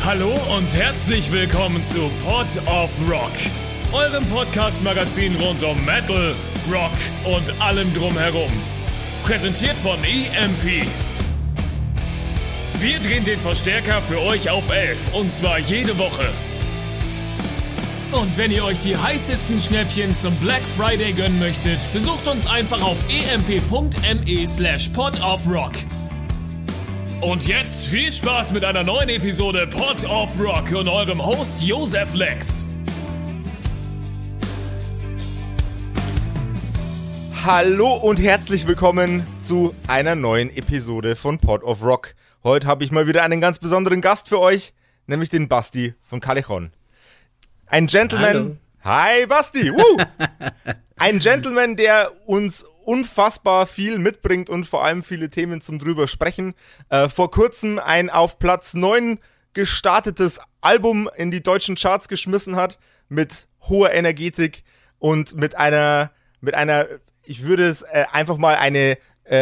Hallo und herzlich willkommen zu Pod of Rock, eurem Podcast-Magazin rund um Metal, Rock und allem drumherum. Präsentiert von EMP. Wir drehen den Verstärker für euch auf 11 und zwar jede Woche. Und wenn ihr euch die heißesten Schnäppchen zum Black Friday gönnen möchtet, besucht uns einfach auf emp.me/podofrock. Und jetzt viel Spaß mit einer neuen Episode Pod of Rock und eurem Host Josef Lex. Hallo und herzlich willkommen zu einer neuen Episode von Pod of Rock. Heute habe ich mal wieder einen ganz besonderen Gast für euch, nämlich den Basti von Callejon. Ein Gentleman. Hallo. Hi Basti. Ein Gentleman, der uns unfassbar viel mitbringt und vor allem viele Themen zum drüber sprechen. Vor kurzem ein auf Platz 9 gestartetes Album in die deutschen Charts geschmissen hat, mit hoher Energetik und mit einer, ich würde es einfach mal eine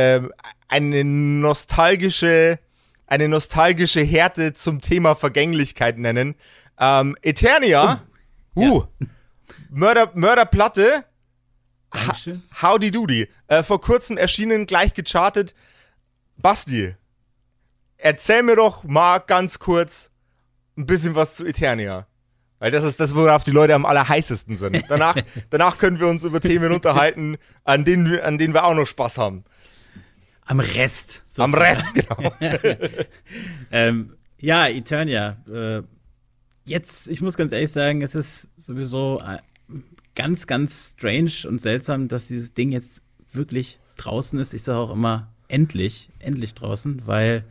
nostalgische Härte zum Thema Vergänglichkeit nennen. Eternia, Mörderplatte. Howdy Doody. Vor kurzem erschienen, gleich gechartet. Basti, erzähl mir doch mal ganz kurz ein bisschen was zu Eternia. Weil das ist das, worauf die Leute am allerheißesten sind. Danach können wir uns über Themen unterhalten, an denen wir auch noch Spaß haben. Am Rest. Sozusagen. Am Rest, genau. Ja, Eternia. Jetzt, ich muss ganz ehrlich sagen, es ist sowieso ganz, ganz strange und seltsam, dass dieses Ding jetzt wirklich draußen ist. Ich sage auch immer, endlich draußen, weil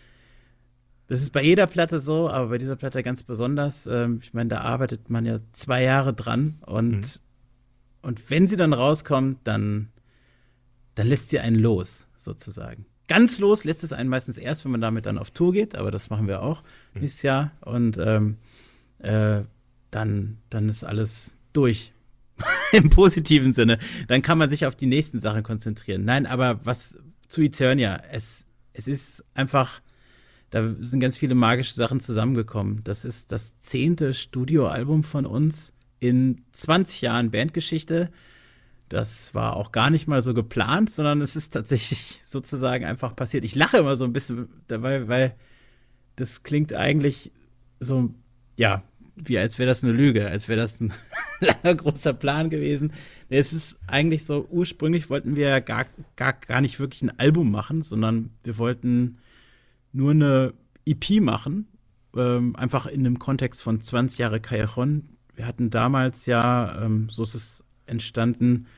das ist bei jeder Platte so, aber bei dieser Platte ganz besonders. Ich meine, da arbeitet man ja 2 Jahre dran und wenn sie dann rauskommt, dann lässt sie einen los, sozusagen. Ganz los lässt es einen meistens erst, wenn man damit dann auf Tour geht, aber das machen wir auch nächstes Jahr und dann ist alles durch. Im positiven Sinne. Dann kann man sich auf die nächsten Sachen konzentrieren. Nein, aber was zu Eternia, es ist einfach, da sind ganz viele magische Sachen zusammengekommen. Das ist das 10. Studioalbum von uns in 20 Jahren Bandgeschichte. Das war auch gar nicht mal so geplant, sondern es ist tatsächlich sozusagen einfach passiert. Ich lache immer so ein bisschen dabei, weil das klingt eigentlich so, ja, wie als wäre das eine Lüge, als wäre das ein langer, großer Plan gewesen. Es ist eigentlich so, ursprünglich wollten wir gar nicht wirklich ein Album machen, sondern wir wollten nur eine EP machen, einfach in dem Kontext von 20 Jahre Callejon. Wir hatten damals ja, so ist es entstanden,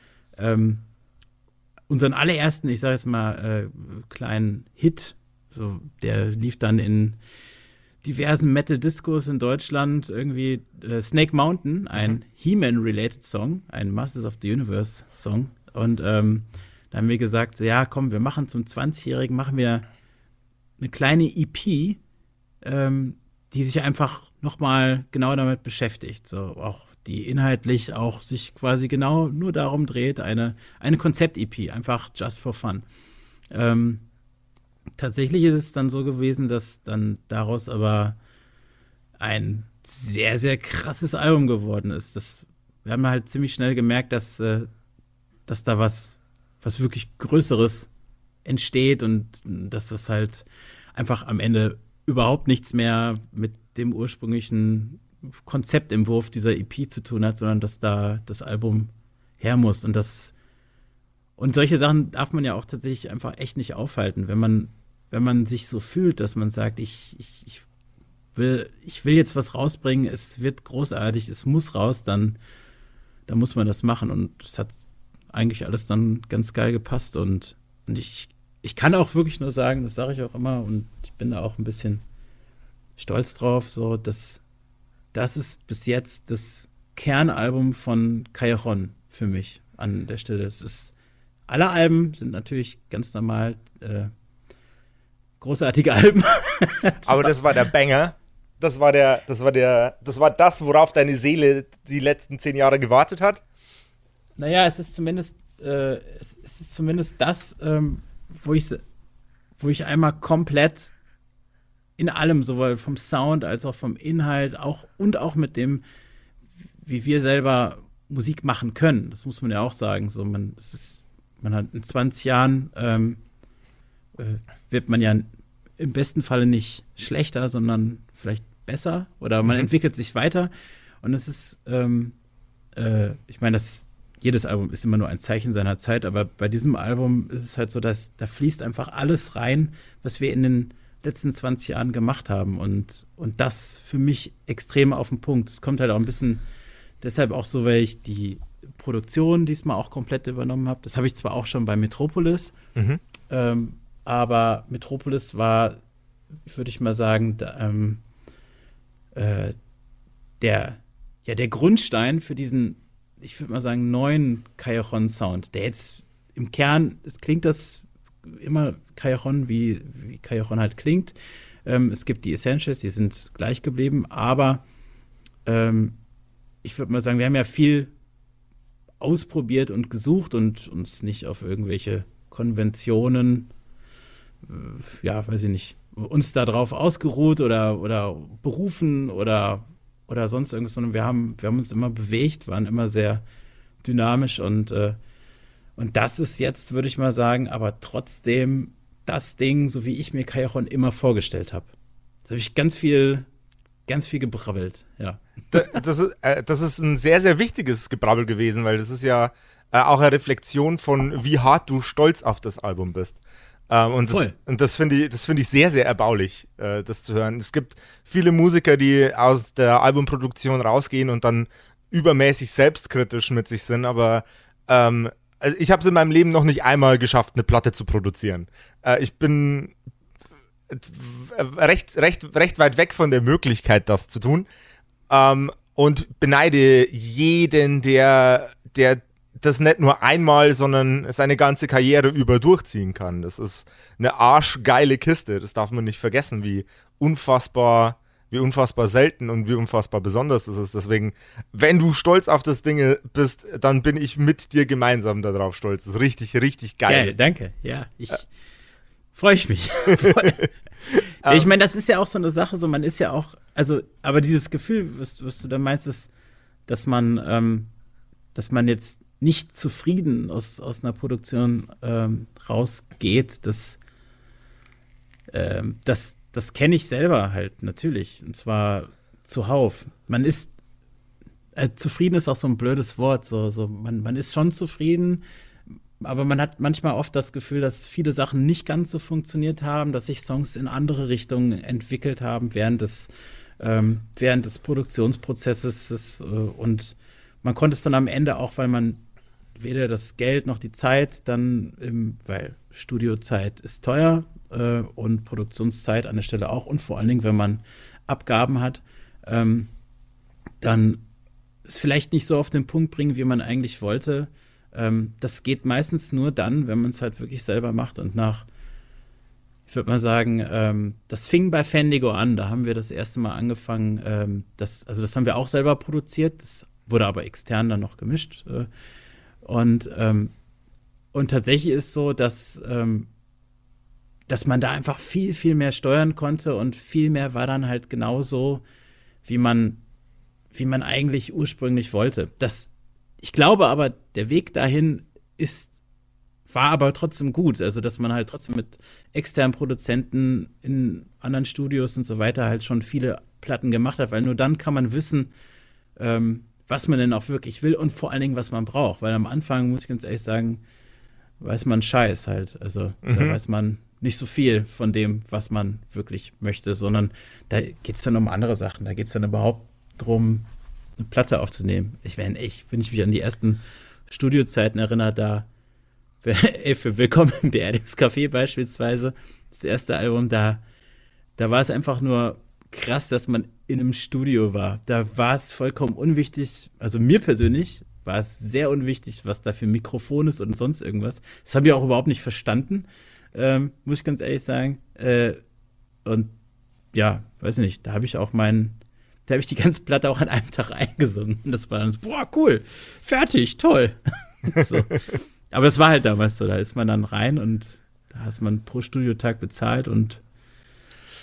unseren allerersten, ich sage jetzt mal, kleinen Hit, so, der lief dann in diversen Metal-Discos in Deutschland, irgendwie Snake Mountain, ein He-Man-related Song, ein Masters of the Universe Song. Und da haben wir gesagt, so, ja komm, wir machen zum 20-Jährigen, machen wir eine kleine EP, die sich einfach nochmal genau damit beschäftigt. So auch die inhaltlich auch sich quasi genau nur darum dreht, eine Konzept-EP, einfach just for fun. Tatsächlich ist es dann so gewesen, dass dann daraus aber ein sehr, sehr krasses Album geworden ist. Wir haben halt ziemlich schnell gemerkt, dass da was wirklich Größeres entsteht und dass das halt einfach am Ende überhaupt nichts mehr mit dem ursprünglichen Konzeptentwurf dieser EP zu tun hat, sondern dass da das Album her muss. Und solche Sachen darf man ja auch tatsächlich einfach echt nicht aufhalten, wenn man sich so fühlt, dass man sagt, ich will jetzt was rausbringen, es wird großartig, es muss raus, dann muss man das machen. Und es hat eigentlich alles dann ganz geil gepasst. Und ich kann auch wirklich nur sagen, das sage ich auch immer, und ich bin da auch ein bisschen stolz drauf, so, dass das ist bis jetzt das Kernalbum von Callejon für mich an der Stelle. Alle Alben sind natürlich ganz normal großartige Alben. Aber das war der Banger. Das war das, worauf deine Seele die letzten 10 Jahre gewartet hat? Naja, es ist zumindest das, wo ich einmal komplett in allem, sowohl vom Sound als auch vom Inhalt, auch mit dem, wie wir selber Musik machen können. Das muss man ja auch sagen. So, man hat in 20 Jahren wird man ja im besten Falle nicht schlechter, sondern vielleicht besser oder man entwickelt sich weiter. Und es ist, ich meine, jedes Album ist immer nur ein Zeichen seiner Zeit, aber bei diesem Album ist es halt so, dass da fließt einfach alles rein, was wir in den letzten 20 Jahren gemacht haben. Und das für mich extrem auf den Punkt. Es kommt halt auch ein bisschen deshalb auch so, weil ich die Produktion diesmal auch komplett übernommen habe. Das habe ich zwar auch schon bei Metropolis, aber Metropolis war, würde ich mal sagen, der Grundstein für diesen, ich würde mal sagen, neuen Callejon-Sound, der jetzt im Kern, es klingt das immer Callejon, wie Callejon halt klingt. Es gibt die Essentials, die sind gleich geblieben, aber ich würde mal sagen, wir haben ja viel ausprobiert und gesucht und uns nicht auf irgendwelche Konventionen, weiß ich nicht, uns da drauf ausgeruht oder berufen oder sonst irgendwas, sondern wir haben uns immer bewegt, waren immer sehr dynamisch und das ist jetzt, würde ich mal sagen, aber trotzdem das Ding, so wie ich mir Callejon immer vorgestellt habe. Da habe ich ganz viel gebrabbelt, ja. Das ist ein sehr, sehr wichtiges Gebrabbel gewesen, weil das ist ja auch eine Reflexion von, wie hart du stolz auf das Album bist. Und das finde ich sehr, sehr erbaulich, das zu hören. Es gibt viele Musiker, die aus der Albumproduktion rausgehen und dann übermäßig selbstkritisch mit sich sind, aber ich habe es in meinem Leben noch nicht einmal geschafft, eine Platte zu produzieren. Ich bin recht weit weg von der Möglichkeit, das zu tun, und beneide jeden, der das nicht nur einmal, sondern seine ganze Karriere über durchziehen kann. Das ist eine arschgeile Kiste. Das darf man nicht vergessen, wie unfassbar selten und wie unfassbar besonders das ist. Deswegen, wenn du stolz auf das Ding bist, dann bin ich mit dir gemeinsam darauf stolz. Das ist richtig, richtig geil. Geil, danke. Ja, freue ich mich. Ich meine, das ist ja auch so eine Sache, so man ist ja auch, also, aber dieses Gefühl, was du da meinst, ist, dass man jetzt nicht zufrieden aus einer Produktion rausgeht, das kenne ich selber halt natürlich, und zwar zuhauf. Man ist zufrieden ist auch so ein blödes Wort, so man ist schon zufrieden, aber man hat manchmal oft das Gefühl, dass viele Sachen nicht ganz so funktioniert haben, dass sich Songs in andere Richtungen entwickelt haben während des Produktionsprozesses, und man konnte es dann am Ende auch, weil man weder das Geld noch die Zeit weil Studiozeit ist teuer und Produktionszeit an der Stelle auch, und vor allen Dingen, wenn man Abgaben hat, dann es vielleicht nicht so auf den Punkt bringen, wie man eigentlich wollte. Das geht meistens nur dann, wenn man es halt wirklich selber macht, und ich würde mal sagen, das fing bei Fendigo an, da haben wir das erste Mal angefangen, das haben wir auch selber produziert, das wurde aber extern dann noch gemischt, und tatsächlich ist so, dass man da einfach viel, viel mehr steuern konnte, und viel mehr war dann halt genauso, wie man eigentlich ursprünglich wollte. Ich glaube aber, der Weg dahin war aber trotzdem gut. Also, dass man halt trotzdem mit externen Produzenten in anderen Studios und so weiter halt schon viele Platten gemacht hat, weil nur dann kann man wissen, was man denn auch wirklich will und vor allen Dingen, was man braucht. Weil am Anfang, muss ich ganz ehrlich sagen, weiß man Scheiß halt. Also, da weiß man nicht so viel von dem, was man wirklich möchte, sondern da geht es dann um andere Sachen. Da geht es dann überhaupt darum, eine Platte aufzunehmen. Wenn ich mich an die ersten Studiozeiten erinnere, da für Willkommen im Beerdigungscafé beispielsweise, das erste Album, da war es einfach nur krass, dass man in einem Studio war. Da war es vollkommen unwichtig, also mir persönlich war es sehr unwichtig, was da für ein Mikrofon ist und sonst irgendwas. Das habe ich auch überhaupt nicht verstanden, muss ich ganz ehrlich sagen. Und ja, weiß nicht, da habe ich die ganze Platte auch an einem Tag eingesungen. Und das war dann so, boah, cool, fertig, toll. So. Aber das war halt damals so, da ist man dann rein und da hat man pro Studiotag bezahlt, und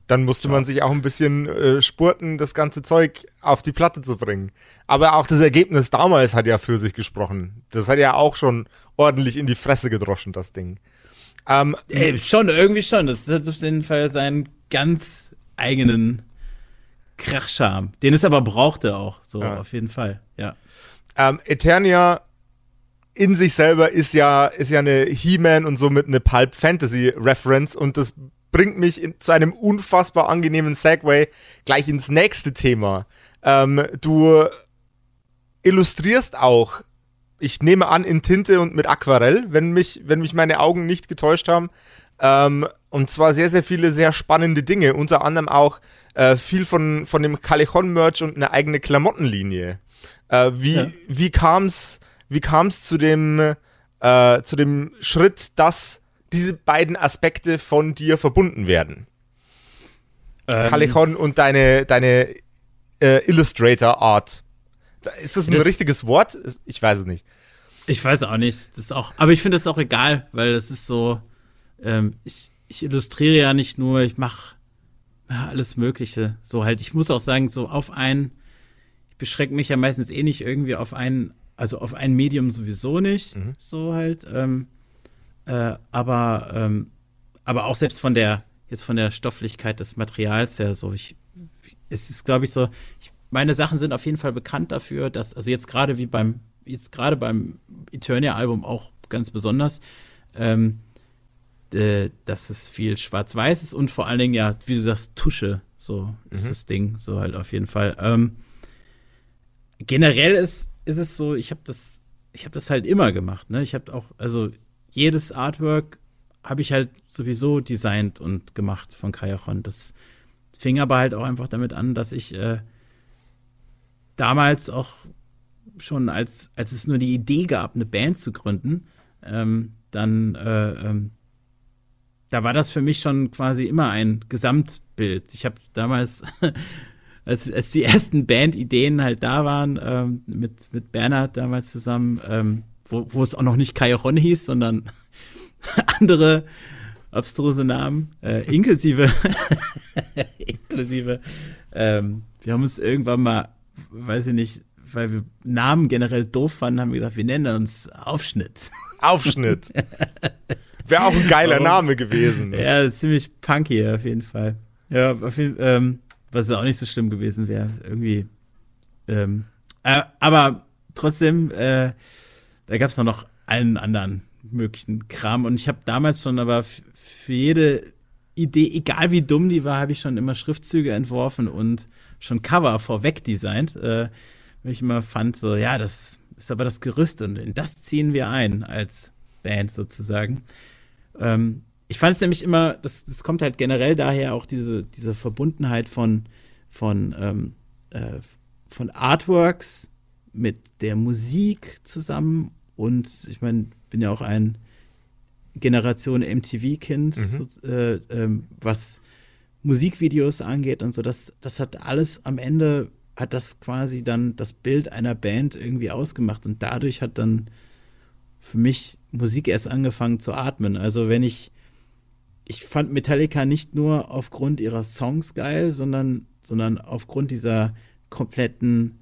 Dann musste man sich auch ein bisschen spurten, das ganze Zeug auf die Platte zu bringen. Aber auch das Ergebnis damals hat ja für sich gesprochen. Das hat ja auch schon ordentlich in die Fresse gedroschen, das Ding. Irgendwie schon. Das hat auf jeden Fall seinen ganz eigenen Krachscharme. Den es aber brauchte auch, so auf jeden Fall, ja. Eternia in sich selber ist ja eine He-Man und somit eine Pulp-Fantasy-Reference und das bringt mich zu einem unfassbar angenehmen Segway gleich ins nächste Thema. Du illustrierst auch, ich nehme an, in Tinte und mit Aquarell, wenn mich meine Augen nicht getäuscht haben. Und zwar sehr, sehr viele sehr spannende Dinge, unter anderem auch viel von dem Callejon-Merch und eine eigene Klamottenlinie. Wie kam's zu dem Schritt, dass diese beiden Aspekte von dir verbunden werden? Callejon und deine Illustrator-Art. Ist das ein richtiges Wort? Ich weiß es nicht. Ich weiß auch nicht. Aber ich finde das auch egal, weil das ist so, ich illustriere ja nicht nur, ich mache alles Mögliche. So halt, ich muss auch sagen, ich beschränke mich ja meistens nicht irgendwie auf ein Medium sowieso nicht, so halt, aber auch selbst von der Stofflichkeit des Materials her, so, es ist, glaube ich, so, meine Sachen sind auf jeden Fall bekannt dafür, dass, also jetzt gerade beim Eternia-Album auch ganz besonders, dass es viel schwarz-weiß ist und vor allen Dingen, ja, wie du sagst, Tusche, so ist das Ding, so halt auf jeden Fall. Generell ist es so, ich habe das halt immer gemacht, ne? Ich habe auch, also jedes Artwork habe ich halt sowieso designt und gemacht von Callejon. Das fing aber halt auch einfach damit an, dass ich damals auch schon, als es nur die Idee gab, eine Band zu gründen, da war das für mich schon quasi immer ein Gesamtbild. Ich habe damals, als die ersten Bandideen halt da waren, mit Bernhard damals zusammen, wo es auch noch nicht Callejon hieß, sondern andere abstruse Namen, inklusive, wir haben uns irgendwann mal, weiß ich nicht, weil wir Namen generell doof fanden, haben wir gedacht, wir nennen uns Aufschnitt. Aufschnitt. Wäre auch ein geiler Name gewesen. Ja, ziemlich punky auf jeden Fall. Ja, was auch nicht so schlimm gewesen wäre, irgendwie. Aber trotzdem, da gab es noch allen anderen möglichen Kram. Und ich habe damals schon aber für jede Idee, egal wie dumm die war, habe ich schon immer Schriftzüge entworfen und schon Cover vorweg designt. Weil ich immer fand, so, ja, das ist aber das Gerüst und in das ziehen wir ein als Band sozusagen. Ich fand es nämlich immer, das kommt halt generell daher auch diese Verbundenheit von Artworks mit der Musik zusammen und ich meine, bin ja auch ein Generation MTV-Kind, was Musikvideos angeht und so, das hat alles am Ende, hat das quasi dann das Bild einer Band irgendwie ausgemacht und dadurch hat dann für mich Musik erst angefangen zu atmen. Also ich fand Metallica nicht nur aufgrund ihrer Songs geil, sondern aufgrund dieser kompletten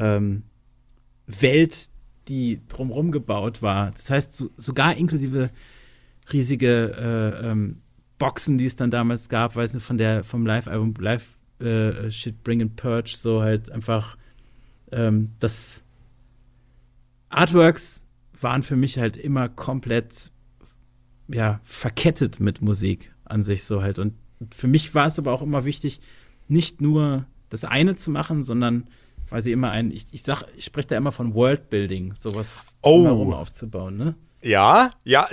Welt, die drumherum gebaut war. Das heißt, sogar inklusive riesige Boxen, die es dann damals gab, weiß nicht, vom Live-Album Shit Bring and Purge, so halt einfach das Artworks waren für mich halt immer komplett verkettet mit Musik an sich so halt. Und für mich war es aber auch immer wichtig, nicht nur das eine zu machen, sondern quasi immer ich spreche da immer von Worldbuilding, sowas drumherum aufzubauen, ne? Ja,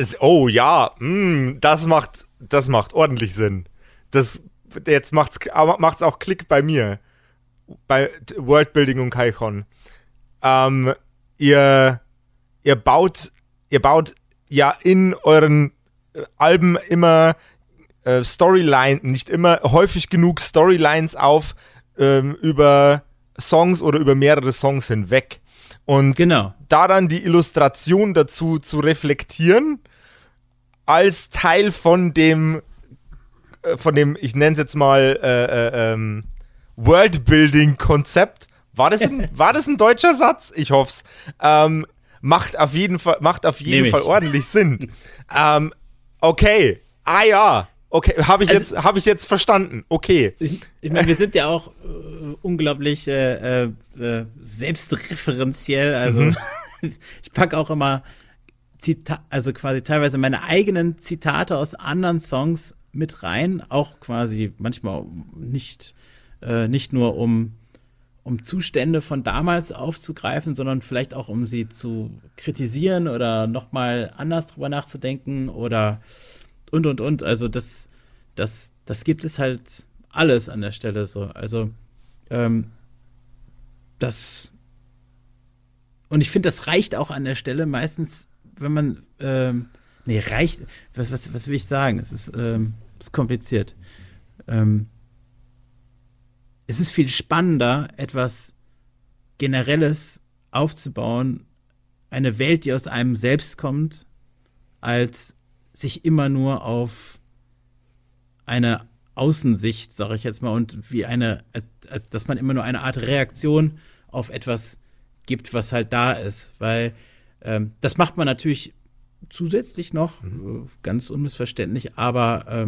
das macht ordentlich Sinn. Jetzt macht's auch Klick bei mir. Bei Worldbuilding und Callejon. Ihr baut ja in euren Alben immer häufig genug Storylines auf über Songs oder über mehrere Songs hinweg. Und genau. Da dann die Illustration dazu zu reflektieren, als Teil von dem ich nenne es jetzt mal Worldbuilding-Konzept. War das ein deutscher Satz? Ich hoff's. Macht auf jeden Fall ordentlich Sinn. Okay. Ah ja. Okay, habe ich jetzt verstanden. Okay. Ich meine, wir sind ja auch unglaublich selbstreferenziell. Also ich packe auch immer also quasi teilweise meine eigenen Zitate aus anderen Songs mit rein. Auch quasi manchmal nicht nur um Zustände von damals aufzugreifen, sondern vielleicht auch um sie zu kritisieren oder nochmal anders drüber nachzudenken oder und. Also das gibt es halt alles an der Stelle so. Also das und ich finde, das reicht auch an der Stelle meistens, wenn man reicht, was will ich sagen? Es ist kompliziert. Es ist viel spannender, etwas Generelles aufzubauen, eine Welt, die aus einem selbst kommt, als sich immer nur auf eine Außensicht, sage ich jetzt mal, und wie als dass man immer nur eine Art Reaktion auf etwas gibt, was halt da ist. Weil das macht man natürlich zusätzlich noch, ganz unmissverständlich, aber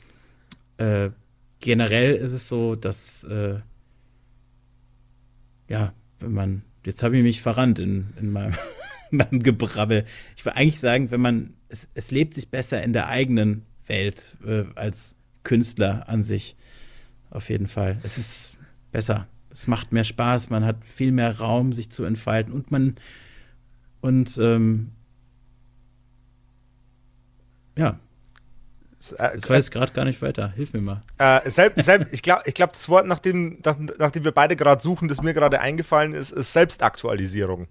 generell ist es so, dass wenn man, jetzt habe ich mich verrannt in meinem Gebrabbel. Ich will eigentlich sagen, es lebt sich besser in der eigenen Welt als Künstler an sich. Auf jeden Fall. Es ist besser. Es macht mehr Spaß, man hat viel mehr Raum, sich zu entfalten ich weiß gerade gar nicht weiter. Hilf mir mal. Ich glaube, das Wort, nach dem wir beide gerade suchen, das mir gerade eingefallen ist Selbstaktualisierung.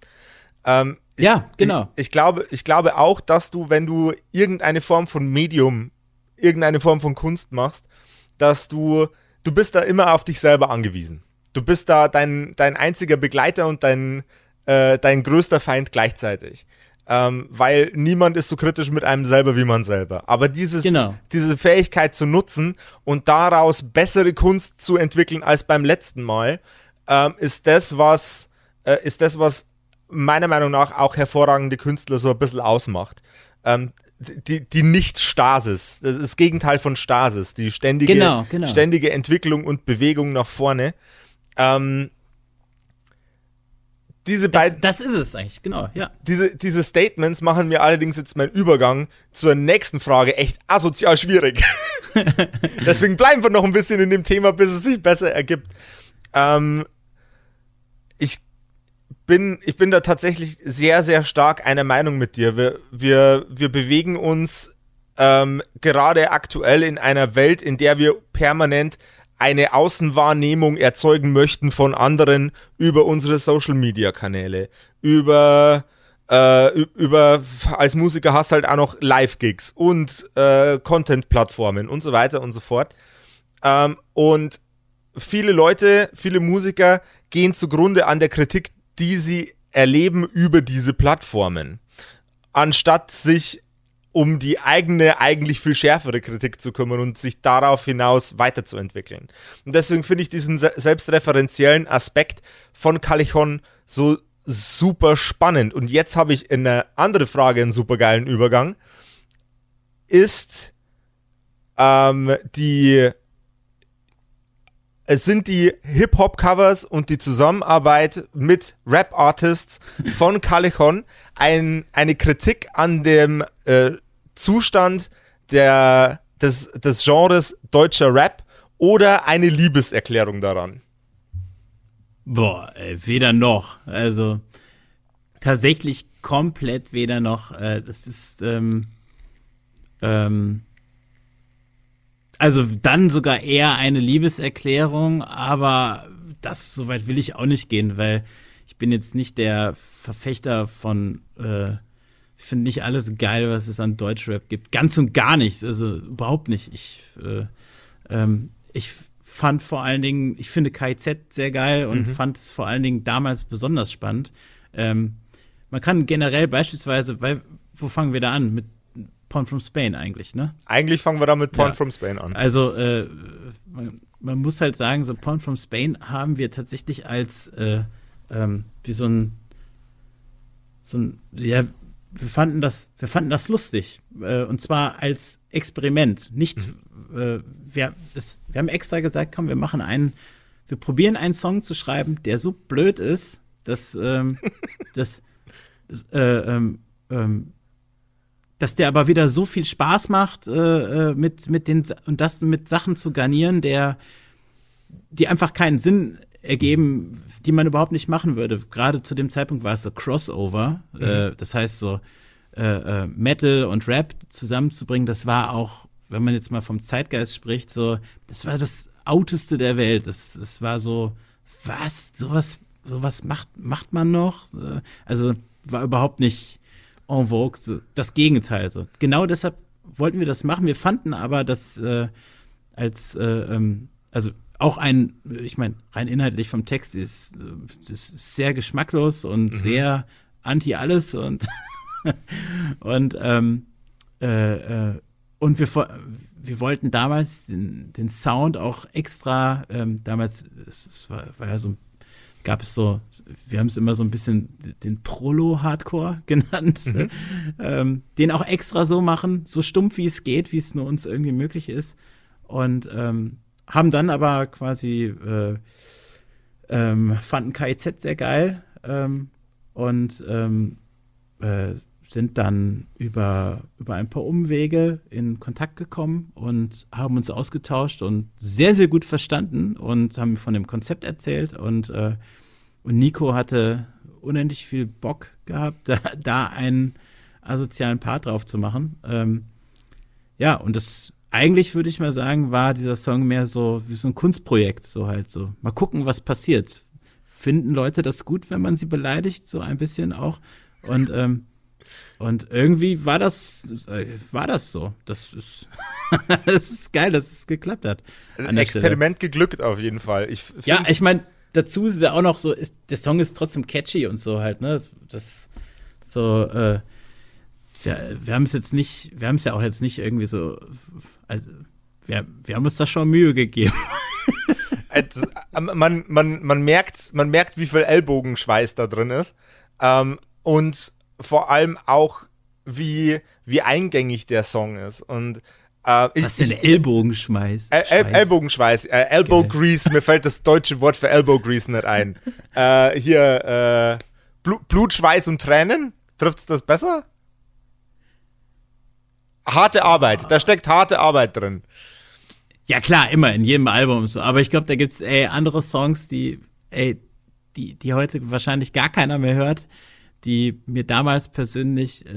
Genau. Ich glaube auch, dass du, wenn du irgendeine Form von Medium, irgendeine Form von Kunst machst, dass du bist da immer auf dich selber angewiesen. Du bist da dein einziger Begleiter und dein größter Feind gleichzeitig. Weil niemand ist so kritisch mit einem selber wie man selber. Aber diese Fähigkeit zu nutzen und daraus bessere Kunst zu entwickeln als beim letzten Mal, ist das, was meiner Meinung nach auch hervorragende Künstler so ein bisschen ausmacht. Die Nicht-Stasis, das Gegenteil von Stasis, die ständige Entwicklung und Bewegung nach vorne. Das ist es eigentlich, genau, ja. Diese Statements machen mir allerdings jetzt meinen Übergang zur nächsten Frage echt asozial schwierig. Deswegen bleiben wir noch ein bisschen in dem Thema, bis es sich besser ergibt. Ich bin da tatsächlich sehr, sehr stark einer Meinung mit dir. Wir bewegen uns gerade aktuell in einer Welt, in der wir permanent eine Außenwahrnehmung erzeugen möchten von anderen über unsere Social-Media-Kanäle, über als Musiker hast halt auch noch Live-Gigs und Content-Plattformen und so weiter und so fort. Und viele Leute, viele Musiker gehen zugrunde an der Kritik, die sie erleben über diese Plattformen, anstatt sich um die eigene, eigentlich viel schärfere Kritik zu kümmern und sich darauf hinaus weiterzuentwickeln. Und deswegen finde ich diesen selbstreferenziellen Aspekt von Callejon so super spannend. Und jetzt habe ich in eine andere Frage einen supergeilen Übergang. Sind die Hip-Hop-Covers und die Zusammenarbeit mit Rap-Artists von Callejon eine Kritik an dem Zustand des Genres deutscher Rap oder eine Liebeserklärung daran? Boah, weder noch. Also tatsächlich komplett weder noch. Das ist also dann sogar eher eine Liebeserklärung, aber soweit will ich auch nicht gehen, weil ich bin jetzt nicht der Verfechter von ich finde nicht alles geil, was es an Deutschrap gibt. Ganz und gar nichts, also überhaupt nicht. Ich fand vor allen Dingen, ich finde KIZ sehr geil und fand es vor allen Dingen damals besonders spannend. Man kann generell beispielsweise, wo fangen wir da an? Porn from Spain eigentlich, ne? Eigentlich fangen wir da mit Porn from Spain an. Also, man muss halt sagen, so Porn from Spain haben wir tatsächlich als wie so ein ja, wir fanden das lustig. Und zwar als Experiment. Nicht, wir haben extra gesagt, komm, wir probieren einen Song zu schreiben, der so blöd ist, dass der aber wieder so viel Spaß macht, mit Sachen zu garnieren, die einfach keinen Sinn ergeben, die man überhaupt nicht machen würde. Gerade zu dem Zeitpunkt war es so Crossover, das heißt so Metal und Rap zusammenzubringen, das war auch, wenn man jetzt mal vom Zeitgeist spricht, so, das war das Outeste der Welt. Das war so, was, sowas macht man noch? Also war überhaupt nicht en vogue, so, das Gegenteil. So. Genau deshalb wollten wir das machen. Wir fanden aber, dass also auch ich meine, rein inhaltlich vom Text das ist sehr geschmacklos und sehr anti-alles und und wir wollten damals den Sound auch extra, damals, war ja so, wir haben es immer so ein bisschen den Prolo-Hardcore genannt, den auch extra so machen, so stumpf wie es geht, wie es nur uns irgendwie möglich ist und haben dann aber quasi fanden KIZ sehr geil und sind dann über ein paar Umwege in Kontakt gekommen und haben uns ausgetauscht und sehr, sehr gut verstanden und haben von dem Konzept erzählt und Nico hatte unendlich viel Bock gehabt, da einen asozialen Part drauf zu machen. Ja, und das eigentlich, würde ich mal sagen, war dieser Song mehr so wie so ein Kunstprojekt, so halt so. Mal gucken, was passiert. Finden Leute das gut, wenn man sie beleidigt, so ein bisschen auch. Und irgendwie war das so. Das ist, das ist geil, dass es geklappt hat. Ein Experiment geglückt auf jeden Fall. Ich meine, dazu ist ja auch noch so, der Song ist trotzdem catchy und so halt, ne? Wir haben es ja auch jetzt nicht irgendwie so, also wir haben uns da schon Mühe gegeben. Man merkt, wie viel Ellbogenschweiß da drin ist. Und vor allem auch, wie eingängig der Song ist. Und was denn Ellbogenschweiß? Ellbogenschweiß, Elbow Grease, mir fällt das deutsche Wort für Elbow Grease nicht ein. Blut, Schweiß und Tränen, trifft's das besser? Harte Arbeit, da steckt harte Arbeit drin. Ja klar, immer, in jedem Album so. Aber ich glaube, da gibt's andere Songs, die heute wahrscheinlich gar keiner mehr hört, die mir damals persönlich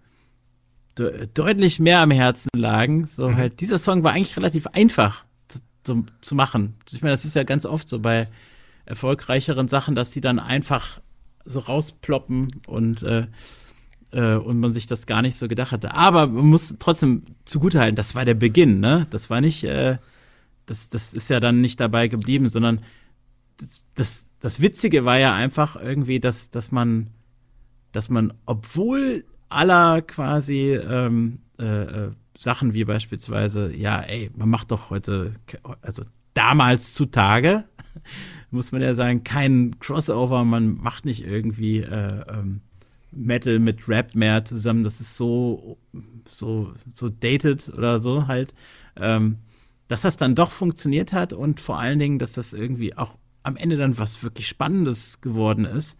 deutlich mehr am Herzen lagen. So halt, dieser Song war eigentlich relativ einfach zu machen. Ich meine, das ist ja ganz oft so bei erfolgreicheren Sachen, dass die dann einfach so rausploppen und man sich das gar nicht so gedacht hatte. Aber man muss trotzdem zugutehalten, das war der Beginn, ne? Das war nicht, das ist ja dann nicht dabei geblieben, sondern das Witzige war ja einfach irgendwie, dass man, obwohl aller quasi Sachen wie beispielsweise, ja, man macht doch heute, also damals zutage, muss man ja sagen, kein Crossover, man macht nicht irgendwie Metal mit Rap mehr zusammen, das ist so dated oder so halt, dass das dann doch funktioniert hat und vor allen Dingen, dass das irgendwie auch am Ende dann was wirklich Spannendes geworden ist.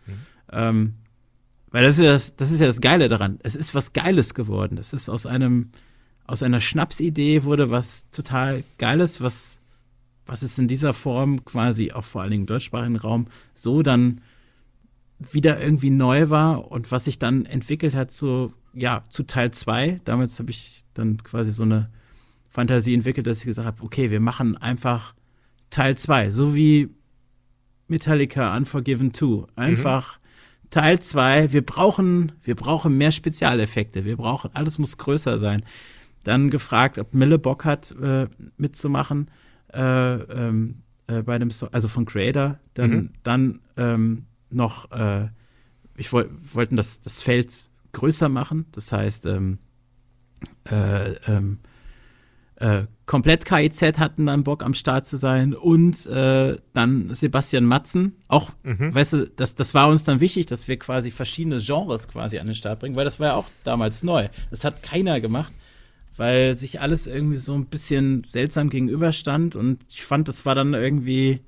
Weil das ist ja das Geile daran. Es ist was Geiles geworden. Es ist aus einer Schnapsidee wurde was total Geiles, was es in dieser Form quasi auch vor allen Dingen im deutschsprachigen Raum so dann wieder irgendwie neu war und was sich dann entwickelt hat zu Teil 2. Damals habe ich dann quasi so eine Fantasie entwickelt, dass ich gesagt habe, okay, wir machen einfach Teil 2, so wie Metallica Unforgiven 2. Einfach Teil 2, wir brauchen mehr Spezialeffekte, alles muss größer sein. Dann gefragt, ob Mille Bock hat, mitzumachen bei dem Song, also von Creator. Dann noch, wollten das Feld größer machen. Das heißt, komplett KIZ hatten dann Bock am Start zu sein und dann Sebastian Matzen. Auch, weißt du, das war uns dann wichtig, dass wir quasi verschiedene Genres quasi an den Start bringen, weil das war ja auch damals neu. Das hat keiner gemacht, weil sich alles irgendwie so ein bisschen seltsam gegenüberstand und ich fand, das war dann irgendwie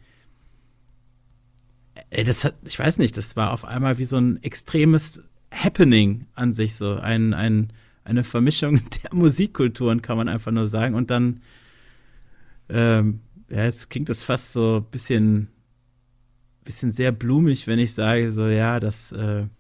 ich weiß nicht, das war auf einmal wie so ein extremes Happening an sich, so eine Vermischung der Musikkulturen, kann man einfach nur sagen. Und dann, jetzt klingt das fast so ein bisschen sehr blumig, wenn ich sage, so, ja, das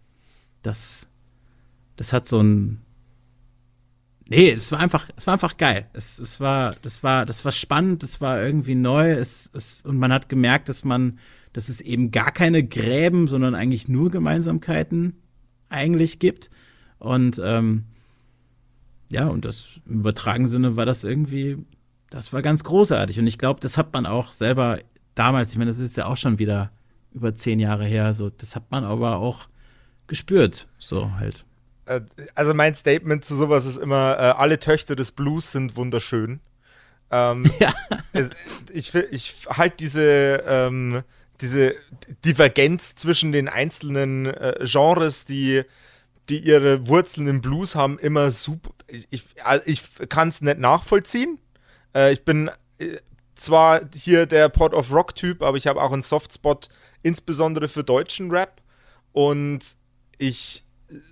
hat so ein. Nee, es war einfach geil. Das war spannend, das war irgendwie neu, und man hat gemerkt, dass es eben gar keine Gräben, sondern eigentlich nur Gemeinsamkeiten eigentlich gibt. Und und das im übertragenen Sinne war das irgendwie, das war ganz großartig. Und ich glaube, das hat man auch selber damals, ich meine, das ist ja auch schon wieder über 10 Jahre her, so, das hat man aber auch gespürt, so halt. Also mein Statement zu sowas ist immer, alle Töchter des Blues sind wunderschön. Ja. Ich halte diese Divergenz zwischen den einzelnen Genres, die ihre Wurzeln im Blues haben, immer super. Ich kann es nicht nachvollziehen. Ich bin zwar hier der Pod of Rock-Typ, aber ich habe auch einen Softspot, insbesondere für deutschen Rap. Und ich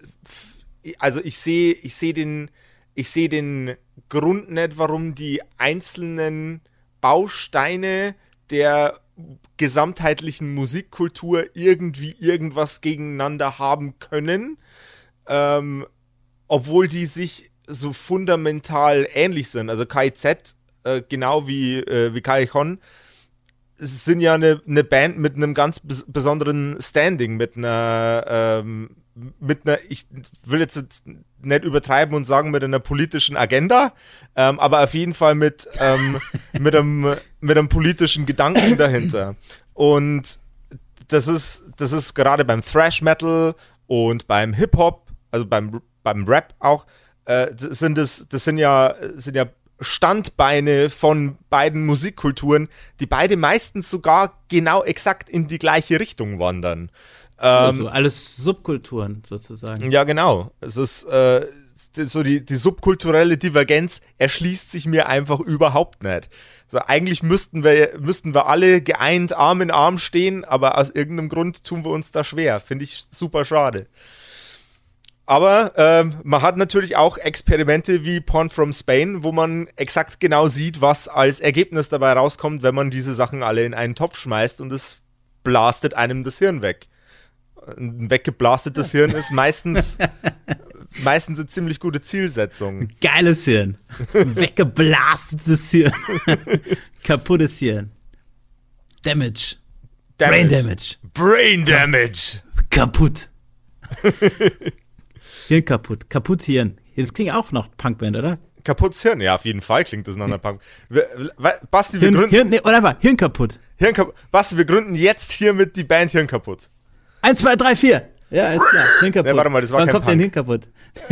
sehe den Grund nicht, warum die einzelnen Bausteine der gesamtheitlichen Musikkultur irgendwie irgendwas gegeneinander haben können, obwohl die sich so fundamental ähnlich sind. Also KIZ, genau wie Callejon, sind ja eine Band mit einem ganz besonderen Standing, mit einer, ich will jetzt nicht übertreiben und sagen, mit einer politischen Agenda, aber auf jeden Fall mit einem politischen Gedanken dahinter. Und das ist gerade beim Thrash Metal und beim Hip-Hop, also beim Rap auch, das sind ja Standbeine von beiden Musikkulturen, die beide meistens sogar genau exakt in die gleiche Richtung wandern. Also alles Subkulturen sozusagen. Ja, genau. Es ist so die subkulturelle Divergenz erschließt sich mir einfach überhaupt nicht. Also eigentlich müssten wir alle geeint Arm in Arm stehen, aber aus irgendeinem Grund tun wir uns da schwer. Finde ich super schade. Aber man hat natürlich auch Experimente wie Porn from Spain, wo man exakt genau sieht, was als Ergebnis dabei rauskommt, wenn man diese Sachen alle in einen Topf schmeißt und es blastet einem das Hirn weg. Ein weggeblastetes Hirn ist meistens eine ziemlich gute Zielsetzung. Geiles Hirn. Weggeblastetes Hirn. Kaputtes Hirn. Damage. Brain Damage. Brain Damage. Kaputt. Hirn kaputt. Kaputt Hirn. Das klingt auch noch Punkband, oder? Kaputtes Hirn, ja, auf jeden Fall klingt das nach einer Punk. Basti, wir Hirn kaputt. Basti, wir gründen jetzt hiermit die Band Hirn kaputt. 1, 2, 3, 4. Ja, ist klar. Hirn kaputt. Warte mal, das war Wann kein kommt Punk. denn Hirn kaputt?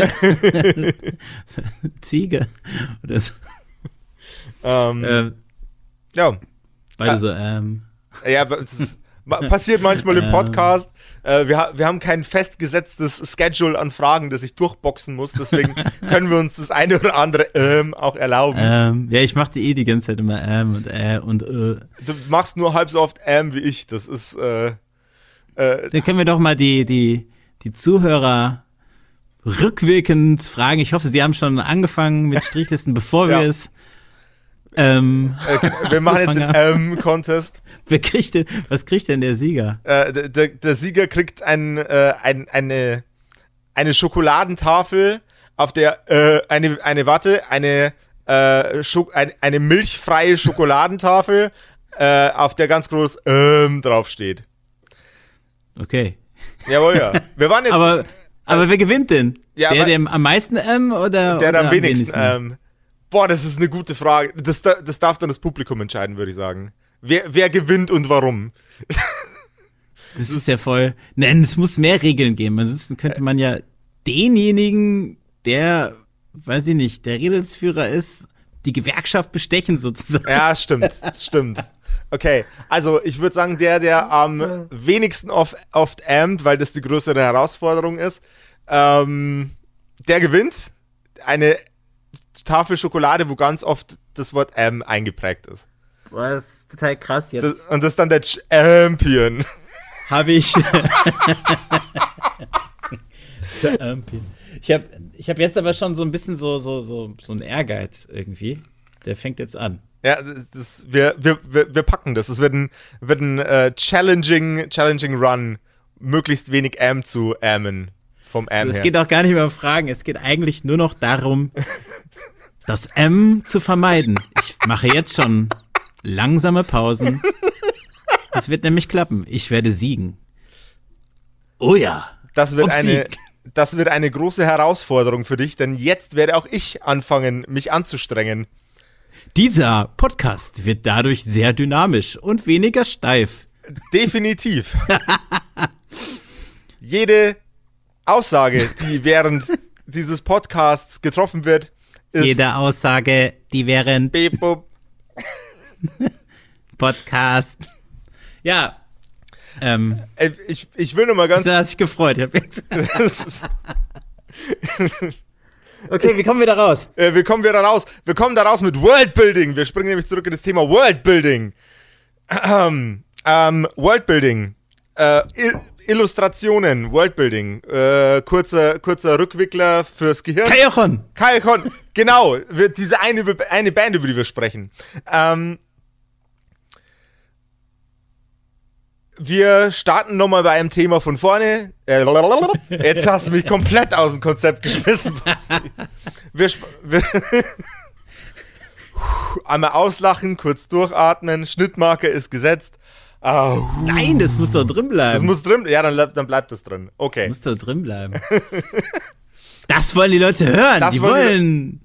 Ziege. Oder so. Ja. Beide so, Ja, es passiert manchmal im Podcast. Wir haben kein festgesetztes Schedule an Fragen, das ich durchboxen muss. Deswegen können wir uns das eine oder andere auch erlauben. Ja, ich mache die ganze Zeit immer und Du machst nur halb so oft wie ich. Das ist Dann können wir doch mal die Zuhörer rückwirkend fragen. Ich hoffe, Sie haben schon angefangen mit Strichlisten, bevor wir es wir machen jetzt den Contest. Was kriegt denn der Sieger? Der Sieger kriegt eine Schokoladentafel, auf der eine milchfreie Schokoladentafel, auf der ganz groß draufsteht. Okay. Jawohl, ja. Wir waren jetzt. Aber wer gewinnt denn? Ja, der am meisten oder der oder am wenigsten Boah, das ist eine gute Frage. Das darf dann das Publikum entscheiden, würde ich sagen. Wer gewinnt und warum? Das ist ja voll. Nein, es muss mehr Regeln geben. Ansonsten könnte man ja denjenigen, der weiß ich nicht, der Redelsführer ist, die Gewerkschaft bestechen sozusagen. Ja, stimmt. Okay, also ich würde sagen, der am wenigsten oft ampt, weil das die größere Herausforderung ist, der gewinnt. Eine Tafel Schokolade, wo ganz oft das Wort eingeprägt ist. Boah, das ist total krass jetzt. Und das ist dann der Champion. Habe ich. Champion. Ich hab jetzt aber schon so ein bisschen so einen Ehrgeiz irgendwie. Der fängt jetzt an. Ja, wir packen das. Es wird ein challenging Run, möglichst wenig zu ammen. Vom Also es geht auch gar nicht mehr um Fragen. Es geht eigentlich nur noch darum, das M zu vermeiden. Ich mache jetzt schon langsame Pausen. Es wird nämlich klappen. Ich werde siegen. Oh ja. Das wird eine große Herausforderung für dich, denn jetzt werde auch ich anfangen, mich anzustrengen. Dieser Podcast wird dadurch sehr dynamisch und weniger steif. Definitiv. Jede Aussage, die während dieses Podcasts getroffen wird, ist jede Aussage, die während Podcast. Ja. Ich will nur mal ganz. Da hast dich gefreut. Ich hab jetzt okay, wie kommen wir da raus? Wir kommen da raus mit Worldbuilding. Wir springen nämlich zurück in das Thema Worldbuilding. Worldbuilding. Illustrationen, Worldbuilding. Kurzer Rückwickler fürs Gehirn. Callejon, genau. Diese eine Band, über die wir sprechen. Wir starten nochmal bei einem Thema von vorne. Jetzt hast du mich komplett aus dem Konzept geschmissen, Basti. Einmal auslachen, kurz durchatmen, Schnittmarke ist gesetzt. Nein, das muss doch drin bleiben. Das muss drin, ja, dann bleibt das drin. Okay. Muss doch drin bleiben. Das wollen die Leute hören. Die wollen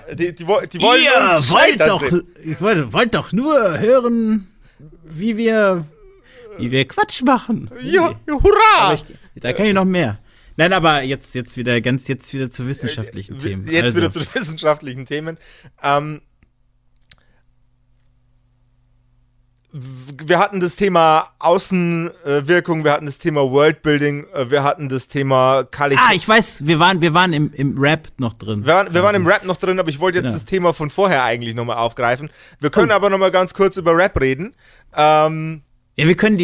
uns wollt doch nur hören, wie wir Quatsch machen. Ja, hurra! Da kann ich noch mehr. Nein, aber jetzt wieder zu wissenschaftlichen Themen. Jetzt wieder zu wissenschaftlichen Themen. Wir hatten das Thema Außenwirkung, wir hatten das Thema Worldbuilding, wir hatten das Thema Callejon. Ich weiß, wir waren im Rap noch drin. Wir waren im Rap noch drin, aber ich wollte jetzt das Thema von vorher eigentlich nochmal aufgreifen. Wir können aber nochmal ganz kurz über Rap reden. Ja, wir können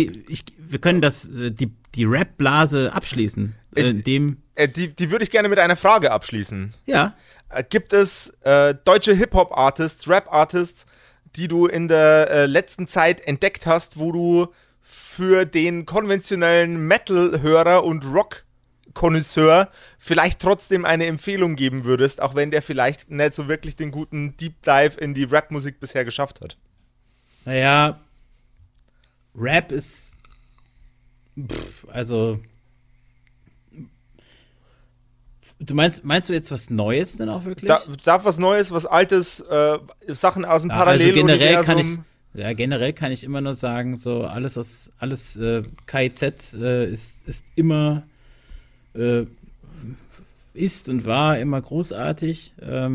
die Rap-Blase abschließen. Die würde ich gerne mit einer Frage abschließen. Ja. Gibt es deutsche Hip-Hop-Artists, Rap-Artists, die du in der letzten Zeit entdeckt hast, wo du für den konventionellen Metal-Hörer und Rock-Konnoisseur vielleicht trotzdem eine Empfehlung geben würdest, auch wenn der vielleicht nicht so wirklich den guten Deep Dive in die Rap-Musik bisher geschafft hat? Naja, Rap ist also du meinst du jetzt was Neues denn auch wirklich? Darf was Neues, was Altes, Sachen aus dem Paralleluniversum? Also generell kann ich immer nur sagen, so alles KIZ ist immer ist und war immer großartig.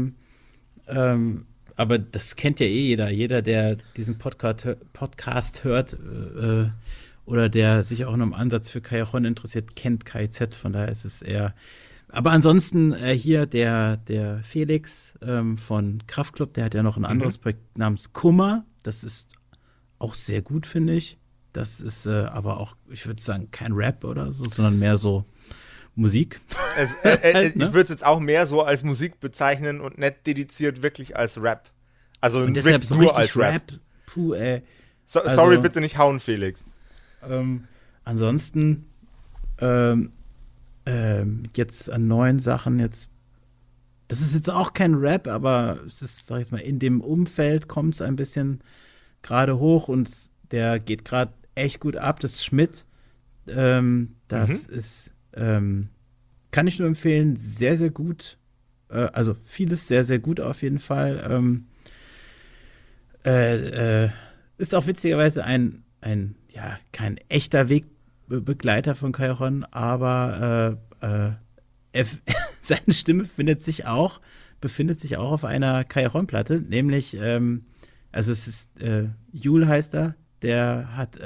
Aber das kennt ja jeder, der diesen Podcast hört oder der sich auch noch im Ansatz für Callejon interessiert, kennt KIZ. Von daher ist es eher. Aber ansonsten hier der Felix von Kraftklub, der hat ja noch ein anderes Projekt namens Kummer. Das ist auch sehr gut, finde ich. Das ist aber auch, ich würde sagen, kein Rap oder so, sondern mehr so Musik. Ich würde es jetzt auch mehr so als Musik bezeichnen und nicht dediziert wirklich als Rap. Also und deshalb so richtig als Rap. Puh, ey. Sorry, bitte nicht hauen, Felix. Ansonsten jetzt an neuen Sachen das ist jetzt auch kein Rap, aber es ist, sag ich mal, in dem Umfeld kommt es ein bisschen gerade hoch und der geht gerade echt gut ab. Das ist Schmidt. Das ist, kann ich nur empfehlen, sehr, sehr gut. Also vieles sehr, sehr gut auf jeden Fall. Ist auch witzigerweise kein echter Wegbegleiter von Callejon, aber seine Stimme findet sich auch befindet sich auch auf einer Cajon-Platte, nämlich, also es ist, Jul heißt er, der hat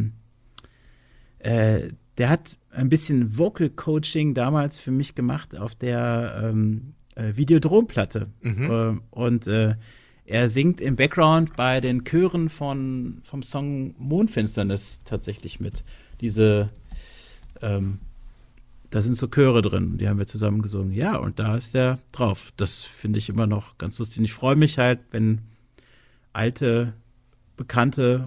ein bisschen Vocal Coaching damals für mich gemacht auf der Videodrom-Platte. Und er singt im Background bei den Chören vom Song Mondfinsternis tatsächlich mit. Da sind so Chöre drin, die haben wir zusammen gesungen. Ja, und da ist er drauf. Das finde ich immer noch ganz lustig. Und ich freue mich halt, wenn alte Bekannte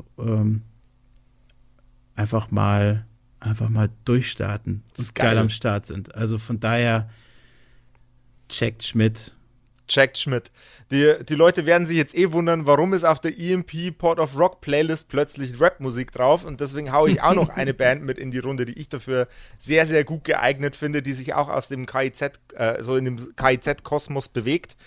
einfach mal durchstarten und geil am Start sind. Also von daher checkt Schmidt. Die Leute werden sich jetzt wundern, warum ist auf der EMP Pod of Rock Playlist plötzlich Rap-Musik drauf, und deswegen haue ich auch noch eine Band mit in die Runde, die ich dafür sehr, sehr gut geeignet finde, die sich auch aus dem KIZ, so in dem KIZ-Kosmos bewegt.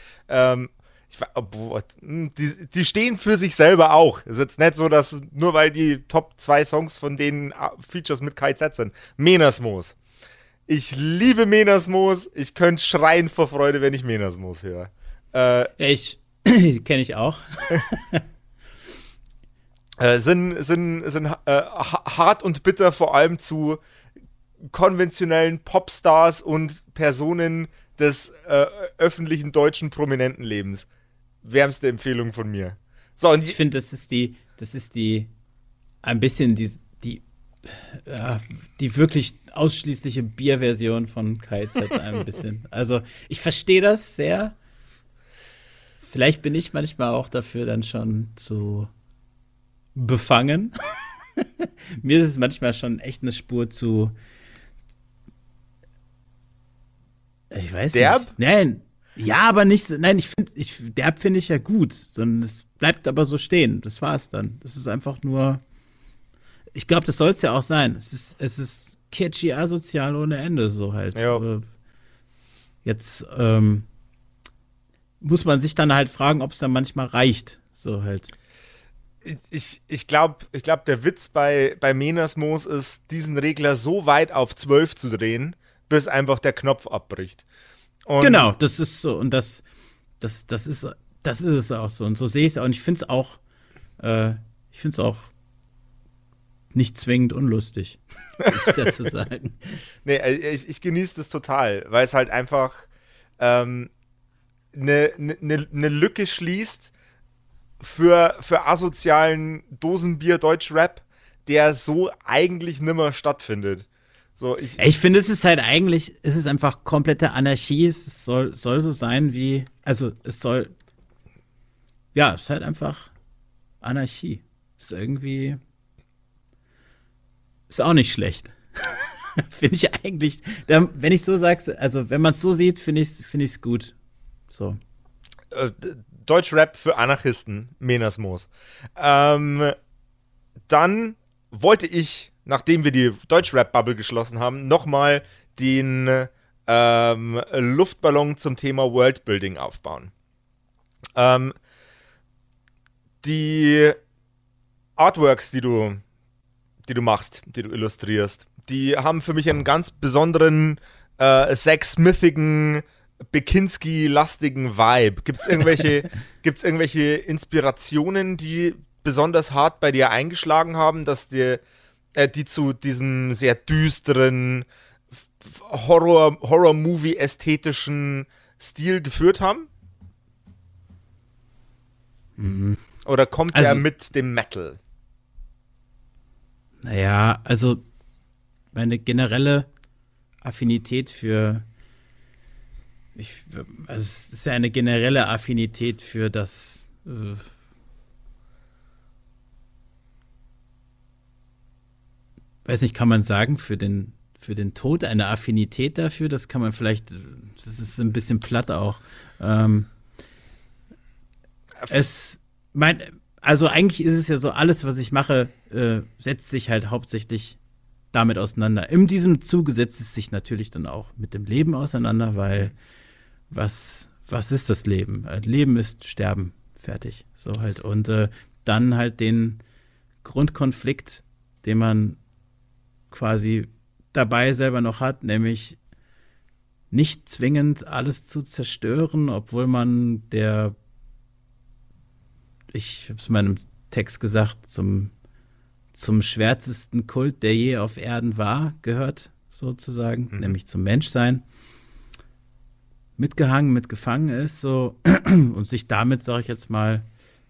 Die stehen für sich selber auch. Es ist jetzt nicht so, dass nur weil die Top 2 Songs von denen Features mit KIZ sind. Menasmos. Ich liebe Menasmos. Ich könnte schreien vor Freude, wenn ich Menasmos höre. Kenne ich auch. sind hart und bitter, vor allem zu konventionellen Popstars und Personen des öffentlichen deutschen Prominentenlebens. Wärmste Empfehlung von mir. So, und ich finde, das ist ein bisschen die wirklich ausschließliche Bierversion von KIZ ein bisschen. Also ich verstehe das sehr. Vielleicht bin ich manchmal auch dafür dann schon zu befangen. Mir ist es manchmal schon echt eine Spur zu, ich weiß derb? nicht. Nein, ja, aber nicht, nein, derb finde ich ja gut, sondern es bleibt aber so stehen. Das war's dann. Das ist einfach nur, ich glaube, das soll es ja auch sein. Es ist catchy, asozial ohne Ende, so halt. Ja. Jetzt muss man sich dann halt fragen, ob es dann manchmal reicht, so halt. Ich glaube, der Witz bei Menasmos ist, diesen Regler so weit auf 12 zu drehen, bis einfach der Knopf abbricht. Und genau, das ist so. Und das ist es auch so. Und so sehe ich es auch. Und ich finde es auch nicht zwingend unlustig, muss ich dazu sagen. Nee, ich genieße das total, weil es halt einfach eine Lücke schließt für asozialen Dosenbier-Deutsch-Rap, der so eigentlich nimmer stattfindet. So, ich finde, es ist halt eigentlich, es ist einfach komplette Anarchie. Es soll so sein wie, also es soll, ja, es ist halt einfach Anarchie. Ist irgendwie, ist auch nicht schlecht. Finde ich eigentlich, wenn ich so sage, also wenn man es so sieht, finde ich es gut. So. Deutschrap für Anarchisten, Menasmos. Dann wollte ich, nachdem wir die Deutschrap-Bubble geschlossen haben, nochmal den Luftballon zum Thema Worldbuilding aufbauen. Die Artworks, die du machst, die du illustrierst, die haben für mich einen ganz besonderen, sexsmithigen, Bekinski-lastigen Vibe. Gibt's irgendwelche Inspirationen, die besonders hart bei dir eingeschlagen haben, dass die zu diesem sehr düsteren Horror-Movie-ästhetischen Stil geführt haben? Mhm. Oder kommt der mit dem Metal? Naja, also meine generelle Affinität für also es ist ja eine generelle Affinität für das weiß nicht, kann man sagen, für den Tod eine Affinität dafür, das kann man vielleicht, das ist ein bisschen platt auch. Also eigentlich ist es ja so, alles, was ich mache, setzt sich halt hauptsächlich damit auseinander. In diesem Zuge setzt es sich natürlich dann auch mit dem Leben auseinander, weil was ist das Leben? Leben ist Sterben, fertig. So halt. Und dann halt den Grundkonflikt, den man quasi dabei selber noch hat, nämlich nicht zwingend alles zu zerstören, obwohl man ich habe es in meinem Text gesagt, zum schwärzesten Kult, der je auf Erden war, gehört sozusagen, nämlich zum Menschsein, mitgehangen, mitgefangen ist, so und sich damit, sage ich jetzt mal,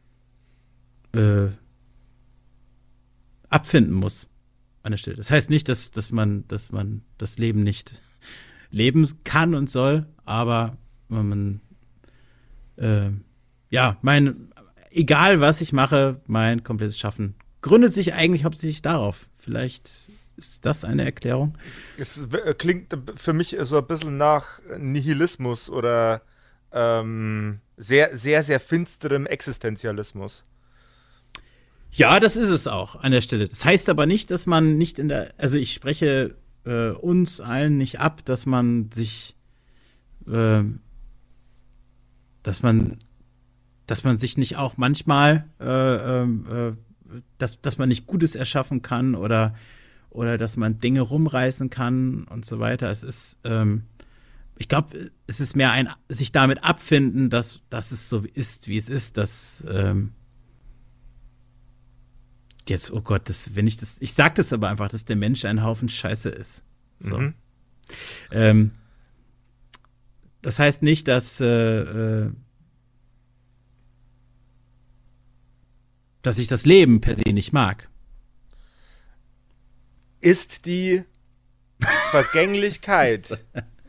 abfinden muss an der Stelle. Das heißt nicht, dass man das Leben nicht leben kann und soll, aber egal was ich mache, mein komplettes Schaffen gründet sich eigentlich hauptsächlich darauf. Vielleicht ist das eine Erklärung. Es klingt für mich so ein bisschen nach Nihilismus oder sehr, sehr, sehr finsterem Existenzialismus. Ja, das ist es auch an der Stelle. Das heißt aber nicht, dass man nicht also ich spreche uns allen nicht ab, dass man sich, dass man sich nicht auch manchmal, dass man nicht Gutes erschaffen kann oder dass man Dinge rumreißen kann und so weiter. Es ist, ich glaube, es ist mehr ein sich damit abfinden, dass es so ist, wie es ist, dass jetzt, oh Gott, ich sag das aber einfach, dass der Mensch ein Haufen Scheiße ist. So. Das heißt nicht, dass ich das Leben per se nicht mag. Ist die Vergänglichkeit,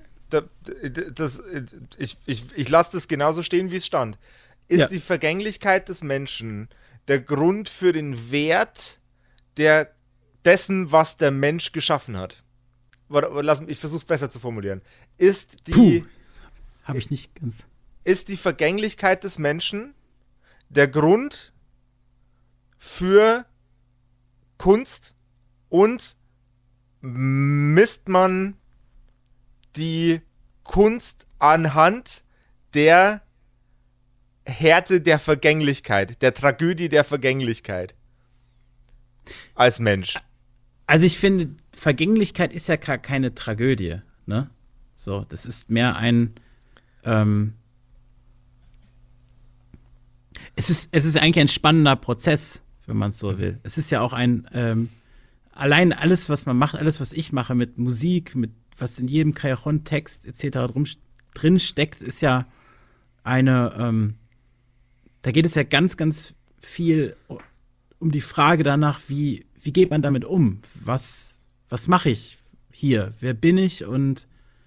ich lasse das genauso stehen, wie es stand, ist die Vergänglichkeit des Menschen der Grund für den Wert dessen, was der Mensch geschaffen hat? Ich versuche es besser zu formulieren. Ist die Vergänglichkeit des Menschen der Grund für Kunst und misst man die Kunst anhand der Härte der Vergänglichkeit, der Tragödie der Vergänglichkeit als Mensch? Also ich finde, Vergänglichkeit ist ja gar keine Tragödie, ne? So, das ist mehr ein es ist eigentlich ein spannender Prozess, wenn man es so will. Es ist ja auch allein alles, was man macht, alles, was ich mache mit Musik, mit was in jedem Cajon-Text etc. drin steckt, ist ja da geht es ja ganz, ganz viel um die Frage danach, wie geht man damit um? Was mache ich hier? Wer bin ich? Und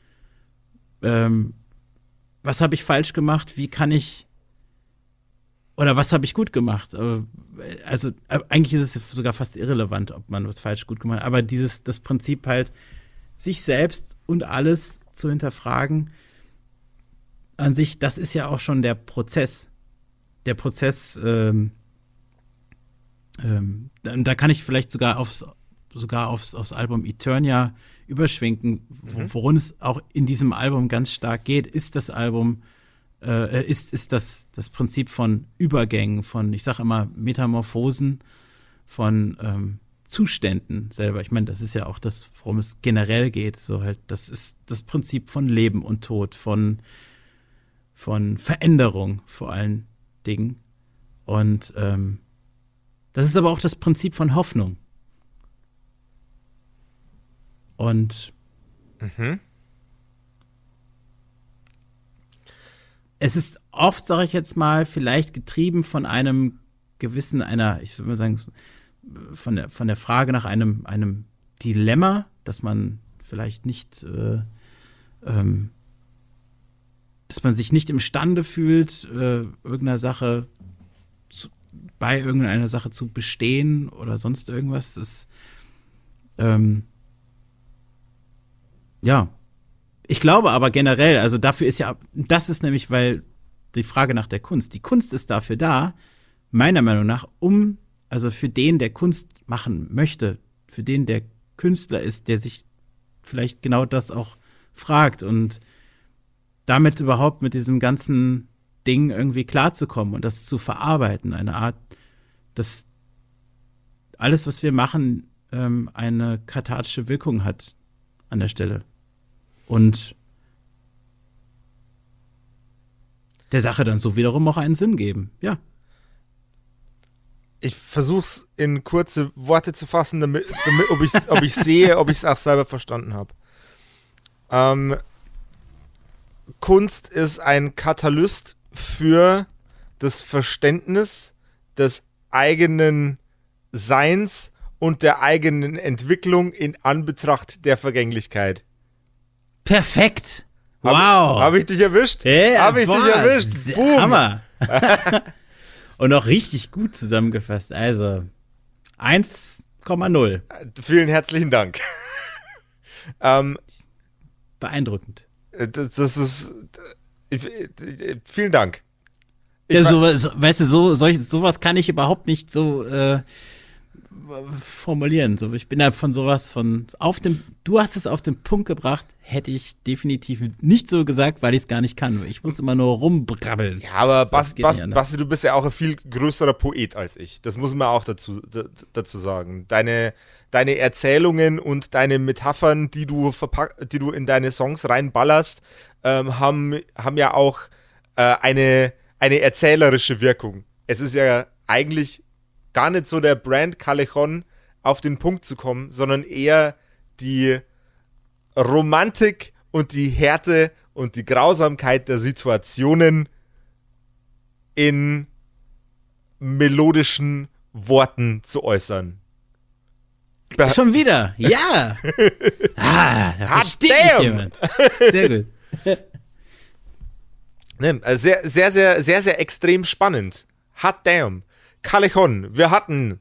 was habe ich falsch gemacht? Oder was habe ich gut gemacht? Also eigentlich ist es sogar fast irrelevant, ob man was falsch gut gemacht hat. Aber das Prinzip halt, sich selbst und alles zu hinterfragen, an sich, das ist ja auch schon der Prozess. Der Prozess, da kann ich vielleicht sogar aufs Album Eternia überschwenken, worum es auch in diesem Album ganz stark geht, ist das Album, ist das Prinzip von Übergängen, von, ich sage immer, Metamorphosen, von Zuständen selber. Ich meine, das ist ja auch das, worum es generell geht. So halt, das ist das Prinzip von Leben und Tod, von Veränderung vor allen Dingen. Und das ist aber auch das Prinzip von Hoffnung. Und es ist oft, sage ich jetzt mal, vielleicht getrieben von einem gewissen, ich würde mal sagen, von der Frage nach einem Dilemma, dass man vielleicht nicht, dass man sich nicht imstande fühlt, bei irgendeiner Sache zu bestehen oder sonst irgendwas. Das ich glaube aber generell, also dafür ist das ist nämlich, weil die Frage nach der Kunst. Die Kunst ist dafür da, meiner Meinung nach, also für den, der Kunst machen möchte, für den, der Künstler ist, der sich vielleicht genau das auch fragt und damit überhaupt mit diesem ganzen Ding irgendwie klarzukommen und das zu verarbeiten. Eine Art, dass alles, was wir machen, eine kathartische Wirkung hat an der Stelle. Und der Sache dann so wiederum auch einen Sinn geben. Ja. Ich versuch's in kurze Worte zu fassen, damit ob ich sehe, ob ich es auch selber verstanden habe. Kunst ist ein Katalyst für das Verständnis des eigenen Seins und der eigenen Entwicklung in Anbetracht der Vergänglichkeit. Perfekt. Wow. Hab ich dich erwischt? Ja, dich erwischt? Boom. Hammer. Und auch richtig gut zusammengefasst. Also 1,0. Vielen herzlichen Dank. Beeindruckend. Das ist. Vielen Dank. Weißt du, sowas kann ich überhaupt nicht so formulieren. So, ich bin da von sowas du hast es auf den Punkt gebracht, hätte ich definitiv nicht so gesagt, weil ich es gar nicht kann. Ich muss immer nur rumbrabbeln. Ja, aber Basti, du bist ja auch ein viel größerer Poet als ich. Das muss man auch dazu sagen. Deine Erzählungen und deine Metaphern, die du in deine Songs reinballerst, haben ja auch eine erzählerische Wirkung. Es ist ja eigentlich gar nicht so der Brand Callejon auf den Punkt zu kommen, sondern eher die Romantik und die Härte und die Grausamkeit der Situationen in melodischen Worten zu äußern. Schon wieder, ja. Da versteht mich jemand. Sehr gut. Sehr, sehr, sehr, sehr, sehr extrem spannend. Hot damn. Callejon, wir hatten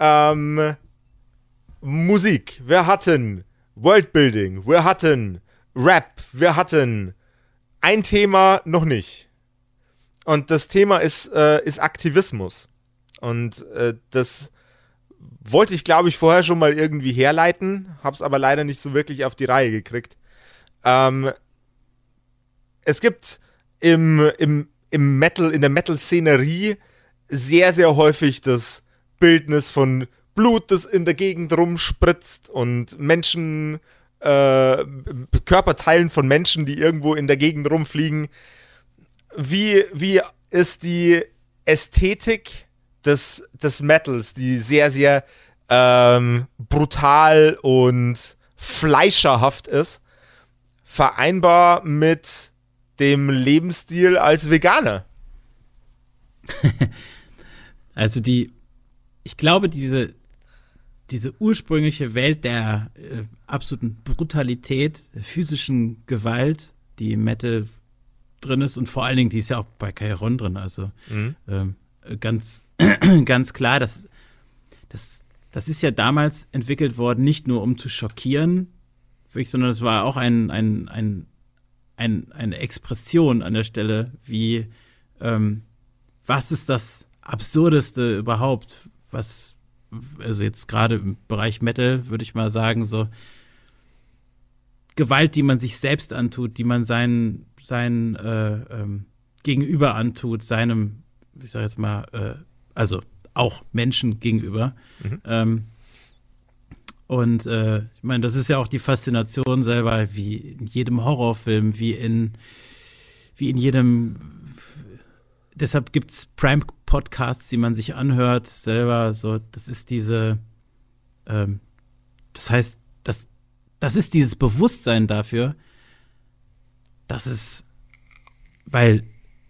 Musik, wir hatten Worldbuilding, wir hatten Rap, wir hatten ein Thema noch nicht. Und das Thema ist Aktivismus. Und das wollte ich, glaube ich, vorher schon mal irgendwie herleiten, hab's aber leider nicht so wirklich auf die Reihe gekriegt. Es gibt im Metal, in der Metal-Szenerie sehr, sehr häufig das Bildnis von Blut, das in der Gegend rumspritzt und Menschen, Körperteilen von Menschen, die irgendwo in der Gegend rumfliegen. Wie ist die Ästhetik des Metals, die sehr, sehr brutal und fleischerhaft ist, vereinbar mit dem Lebensstil als Veganer? Also ich glaube, diese ursprüngliche Welt der absoluten Brutalität, der physischen Gewalt, die im Metal drin ist und vor allen Dingen, die ist ja auch bei Callejon drin, also ganz, ganz klar, das ist ja damals entwickelt worden, nicht nur um zu schockieren, wirklich, sondern es war auch eine Expression an der Stelle, wie was ist das Absurdeste überhaupt, also jetzt gerade im Bereich Metal, würde ich mal sagen, so Gewalt, die man sich selbst antut, die man sein Gegenüber antut, seinem, ich sag jetzt mal, also auch Menschen gegenüber. Und ich meine, das ist ja auch die Faszination selber, wie in jedem Horrorfilm, wie in jedem. Deshalb gibt es Prime-Podcasts, die man sich anhört, selber. So, das ist das heißt, das ist dieses Bewusstsein dafür, dass es, weil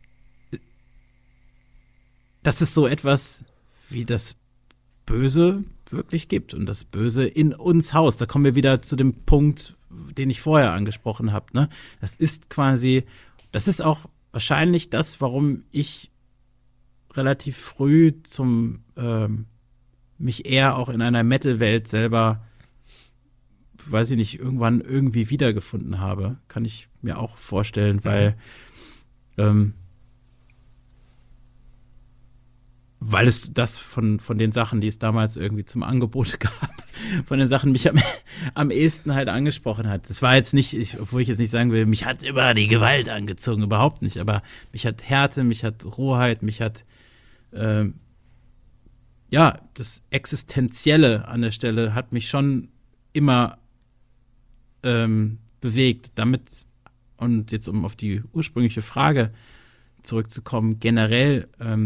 dass es so etwas wie das Böse wirklich gibt und das Böse in uns haust. Da kommen wir wieder zu dem Punkt, den ich vorher angesprochen habe. Ne? Das ist auch wahrscheinlich das, warum ich relativ früh mich eher auch in einer Metal-Welt selber, weiß ich nicht, irgendwann irgendwie wiedergefunden habe. Kann ich mir auch vorstellen, weil es das von den Sachen, die es damals irgendwie zum Angebot gab, von den Sachen mich am ehesten halt angesprochen hat. Das war jetzt nicht, obwohl ich jetzt nicht sagen will, mich hat immer die Gewalt angezogen, überhaupt nicht, aber mich hat Härte, mich hat Rohheit, mich hat das Existenzielle an der Stelle hat mich schon immer bewegt. Damit, und jetzt um auf die ursprüngliche Frage zurückzukommen, generell,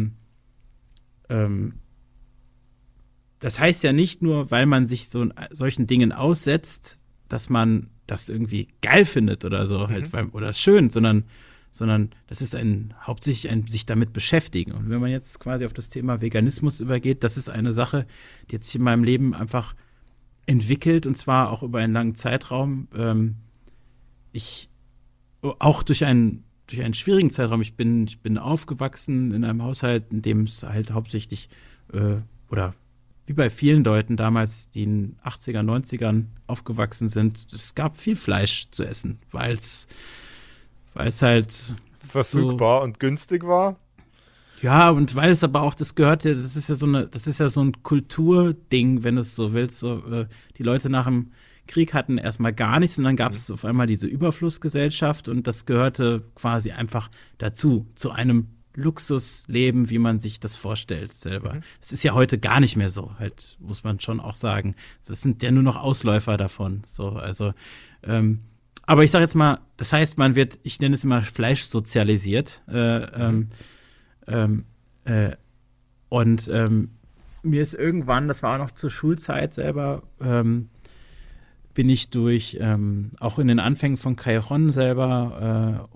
das heißt ja nicht nur, weil man sich solchen Dingen aussetzt, dass man das irgendwie geil findet oder so, halt, oder schön, sondern das ist hauptsächlich ein sich damit beschäftigen. Und wenn man jetzt quasi auf das Thema Veganismus übergeht, das ist eine Sache, die hat sich in meinem Leben einfach entwickelt, und zwar auch über einen langen Zeitraum. Auch durch einen schwierigen Zeitraum. Ich bin aufgewachsen in einem Haushalt, in dem es halt hauptsächlich oder wie bei vielen Leuten damals, die in den 80er, 90ern aufgewachsen sind, es gab viel Fleisch zu essen, weil es halt verfügbar und günstig war. Ja, und weil es aber auch, das ist ja so ein Kulturding, wenn du es so willst. Die Leute nach dem Krieg hatten erstmal gar nichts, und dann gab es auf einmal diese Überflussgesellschaft, und das gehörte quasi einfach dazu, zu einem Luxusleben, wie man sich das vorstellt selber. Es ist ja heute gar nicht mehr so, halt, muss man schon auch sagen. Das sind ja nur noch Ausläufer davon. So, also, aber ich sag jetzt mal, das heißt, ich nenne es immer Fleisch sozialisiert. Und mir ist irgendwann, das war auch noch zur Schulzeit selber, bin ich durch, auch in den Anfängen von Callejon selber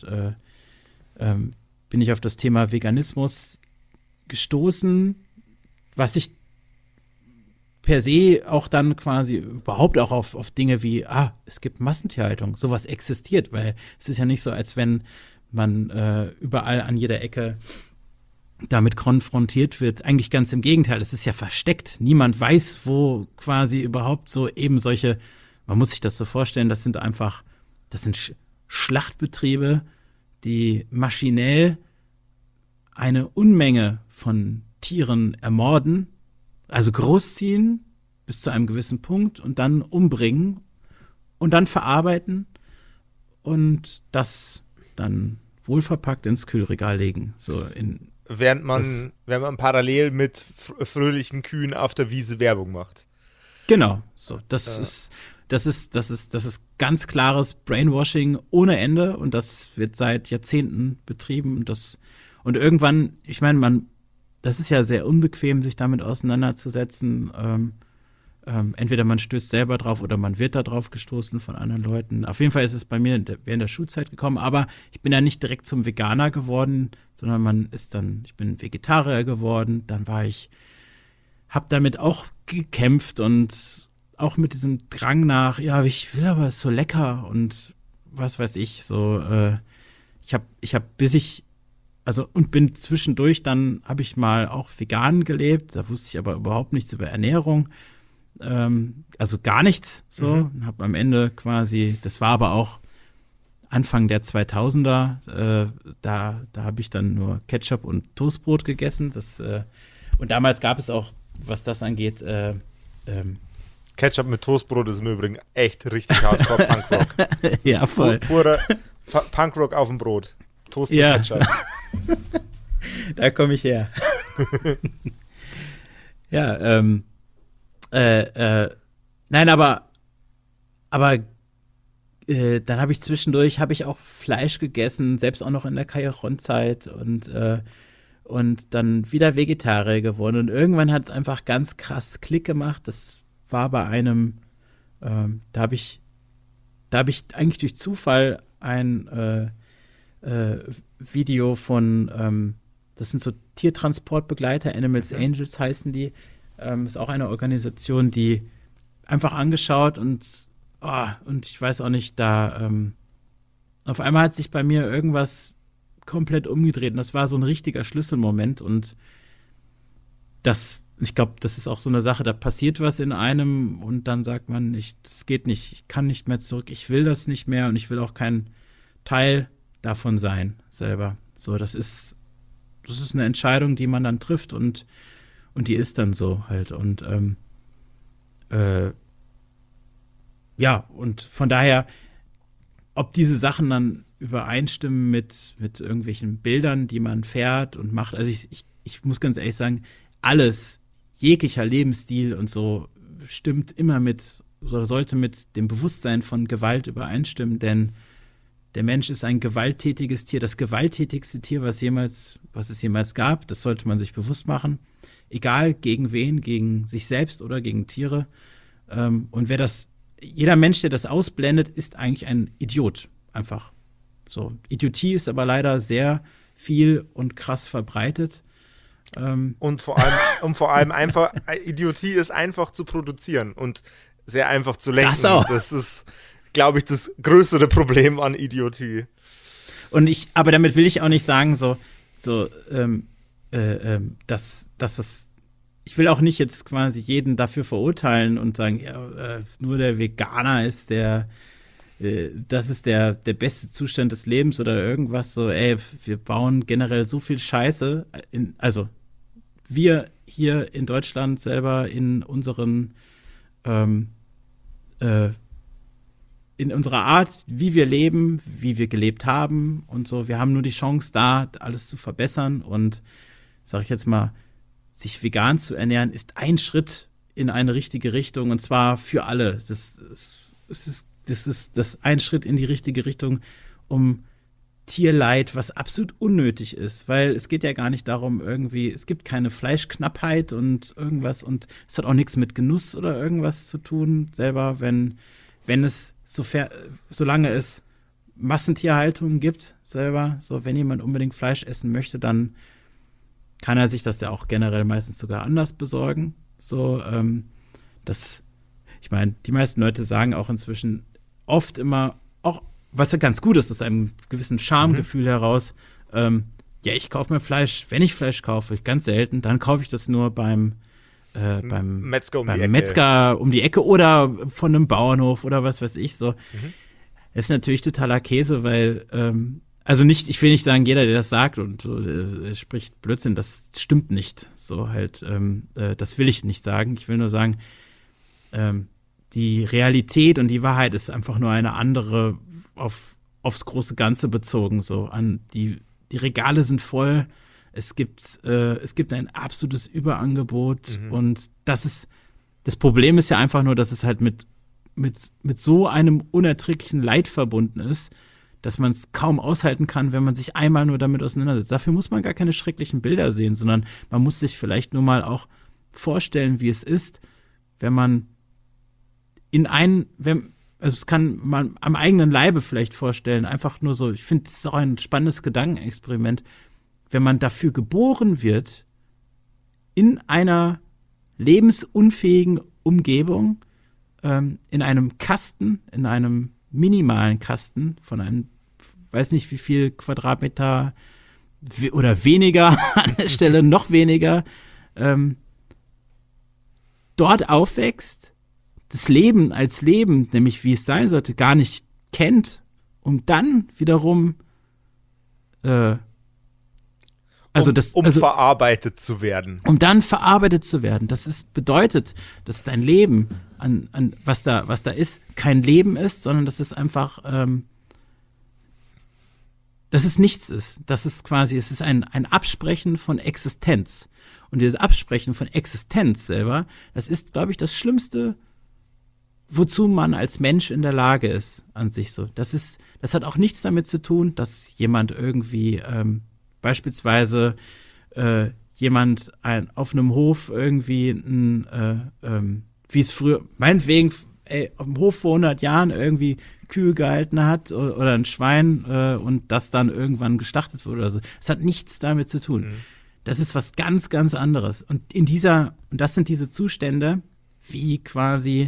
bin ich auf das Thema Veganismus gestoßen, was ich per se auch dann quasi überhaupt auch auf Dinge wie, es gibt Massentierhaltung, sowas existiert, weil es ist ja nicht so, als wenn man überall an jeder Ecke damit konfrontiert wird. Eigentlich ganz im Gegenteil, es ist ja versteckt. Niemand weiß, wo quasi überhaupt so eben solche, man muss sich das so vorstellen, das sind Schlachtbetriebe, die maschinell eine Unmenge von Tieren ermorden, also großziehen bis zu einem gewissen Punkt und dann umbringen und dann verarbeiten und das dann wohlverpackt ins Kühlregal legen. Während man parallel mit fröhlichen Kühen auf der Wiese Werbung macht. Genau, so. Das ist ganz klares Brainwashing ohne Ende, und das wird seit Jahrzehnten betrieben. Und irgendwann, ich meine, das ist ja sehr unbequem, sich damit auseinanderzusetzen. Entweder man stößt selber drauf oder man wird da drauf gestoßen von anderen Leuten. Auf jeden Fall ist es bei mir während der Schulzeit gekommen, aber ich bin ja nicht direkt zum Veganer geworden, sondern ich bin Vegetarier geworden. Dann habe damit auch gekämpft und auch mit diesem Drang nach, ja, ich will aber so lecker und was weiß ich, so, bin zwischendurch, dann habe ich mal auch vegan gelebt, da wusste ich aber überhaupt nichts über Ernährung, also gar nichts, so, habe am Ende quasi, das war aber auch Anfang der 2000er, da habe ich dann nur Ketchup und Toastbrot gegessen, und damals gab es auch, was das angeht, Ketchup mit Toastbrot ist im Übrigen echt richtig hardcore Punkrock. Ja, voll. Purer Punkrock auf dem Brot. Toast mit Ketchup. Da komme ich her. Ja, nein, aber dann habe ich zwischendurch auch Fleisch gegessen, selbst auch noch in der Callejon-Zeit, und dann wieder Vegetarier geworden. Und irgendwann hat es einfach ganz krass Klick gemacht. Das war bei einem, da habe ich eigentlich durch Zufall ein Video von, das sind so Tiertransportbegleiter, Animals Angels heißen die, ist auch eine Organisation, die einfach angeschaut, und ich weiß auch nicht, auf einmal hat sich bei mir irgendwas komplett umgedreht, und das war so ein richtiger Schlüsselmoment, und ich glaube, das ist auch so eine Sache, da passiert was in einem, und dann sagt man, das geht nicht, ich kann nicht mehr zurück, ich will das nicht mehr, und ich will auch kein Teil davon sein, selber. So, das ist eine Entscheidung, die man dann trifft, und die ist dann so halt, und ja, und von daher, ob diese Sachen dann übereinstimmen mit irgendwelchen Bildern, die man fährt und macht, also ich muss ganz ehrlich sagen, alles, jeglicher Lebensstil und so stimmt immer oder sollte mit dem Bewusstsein von Gewalt übereinstimmen, denn der Mensch ist ein gewalttätiges Tier, das gewalttätigste Tier, was es jemals gab. Das sollte man sich bewusst machen. Egal gegen wen, gegen sich selbst oder gegen Tiere. Und jeder Mensch, der das ausblendet, ist eigentlich ein Idiot. Einfach so. Idiotie ist aber leider sehr viel und krass verbreitet. Und vor allem einfach, Idiotie ist einfach zu produzieren und sehr einfach zu lenken. Das auch. Das ist, glaube ich, das größere Problem an Idiotie. Aber damit will ich auch nicht sagen, ich will auch nicht jetzt quasi jeden dafür verurteilen und sagen, nur der Veganer ist das ist der beste Zustand des Lebens oder irgendwas so, wir bauen generell so viel Scheiße, also wir hier in Deutschland selber in unseren in unserer Art, wie wir leben, wie wir gelebt haben und so, wir haben nur die Chance da, alles zu verbessern und sag ich jetzt mal, sich vegan zu ernähren, ist ein Schritt in eine richtige Richtung und zwar für alle. Das ist ein Schritt in die richtige Richtung, um Tierleid, was absolut unnötig ist, weil es geht ja gar nicht darum, es gibt keine Fleischknappheit und irgendwas und es hat auch nichts mit Genuss oder irgendwas zu tun, selber, wenn es solange es Massentierhaltung gibt, selber, so wenn jemand unbedingt Fleisch essen möchte, dann kann er sich das ja auch generell meistens sogar anders besorgen. So, ich meine, die meisten Leute sagen auch inzwischen oft immer, auch was ja ganz gut ist, aus einem gewissen Schamgefühl heraus, ich kaufe mir Fleisch, wenn ich Fleisch kaufe, ganz selten, dann kaufe ich das nur beim Metzger um die Ecke oder von einem Bauernhof oder was weiß ich so. Das ist natürlich totaler Käse, weil ich will nicht sagen, jeder, der das sagt und so, spricht Blödsinn, das stimmt nicht. So halt, das will ich nicht sagen. Ich will nur sagen, die Realität und die Wahrheit ist einfach nur eine andere aufs große Ganze bezogen. So die Regale sind voll. Es gibt ein absolutes Überangebot und das Problem ist ja einfach nur, dass es halt mit so einem unerträglichen Leid verbunden ist, dass man es kaum aushalten kann, wenn man sich einmal nur damit auseinandersetzt. Dafür muss man gar keine schrecklichen Bilder sehen, sondern man muss sich vielleicht nur mal auch vorstellen, wie es ist, wenn man es kann man am eigenen Leibe vielleicht vorstellen, einfach nur so, ich finde, es ist auch ein spannendes Gedankenexperiment, wenn man dafür geboren wird, in einer lebensunfähigen Umgebung, in einem Kasten, in einem minimalen Kasten von einem, weiß nicht wie viel Quadratmeter oder weniger, an der Stelle noch weniger, dort aufwächst, das Leben als Leben, nämlich wie es sein sollte, gar nicht kennt, um dann wiederum verarbeitet zu werden. Um dann verarbeitet zu werden. Das bedeutet, dass dein Leben was da ist, kein Leben ist, sondern dass es einfach, dass es nichts ist. Das ist quasi, es ist ein Absprechen von Existenz. Und dieses Absprechen von Existenz selber, das ist, glaube ich, das Schlimmste, wozu man als Mensch in der Lage ist an sich so. Das hat auch nichts damit zu tun, dass jemand irgendwie beispielsweise jemand auf einem Hof irgendwie wie es früher, meinetwegen auf dem Hof vor 100 Jahren irgendwie Kühe gehalten hat oder ein Schwein und das dann irgendwann geschlachtet wurde oder so. Das hat nichts damit zu tun. Das ist was ganz, ganz anderes. Und das sind diese Zustände, wie quasi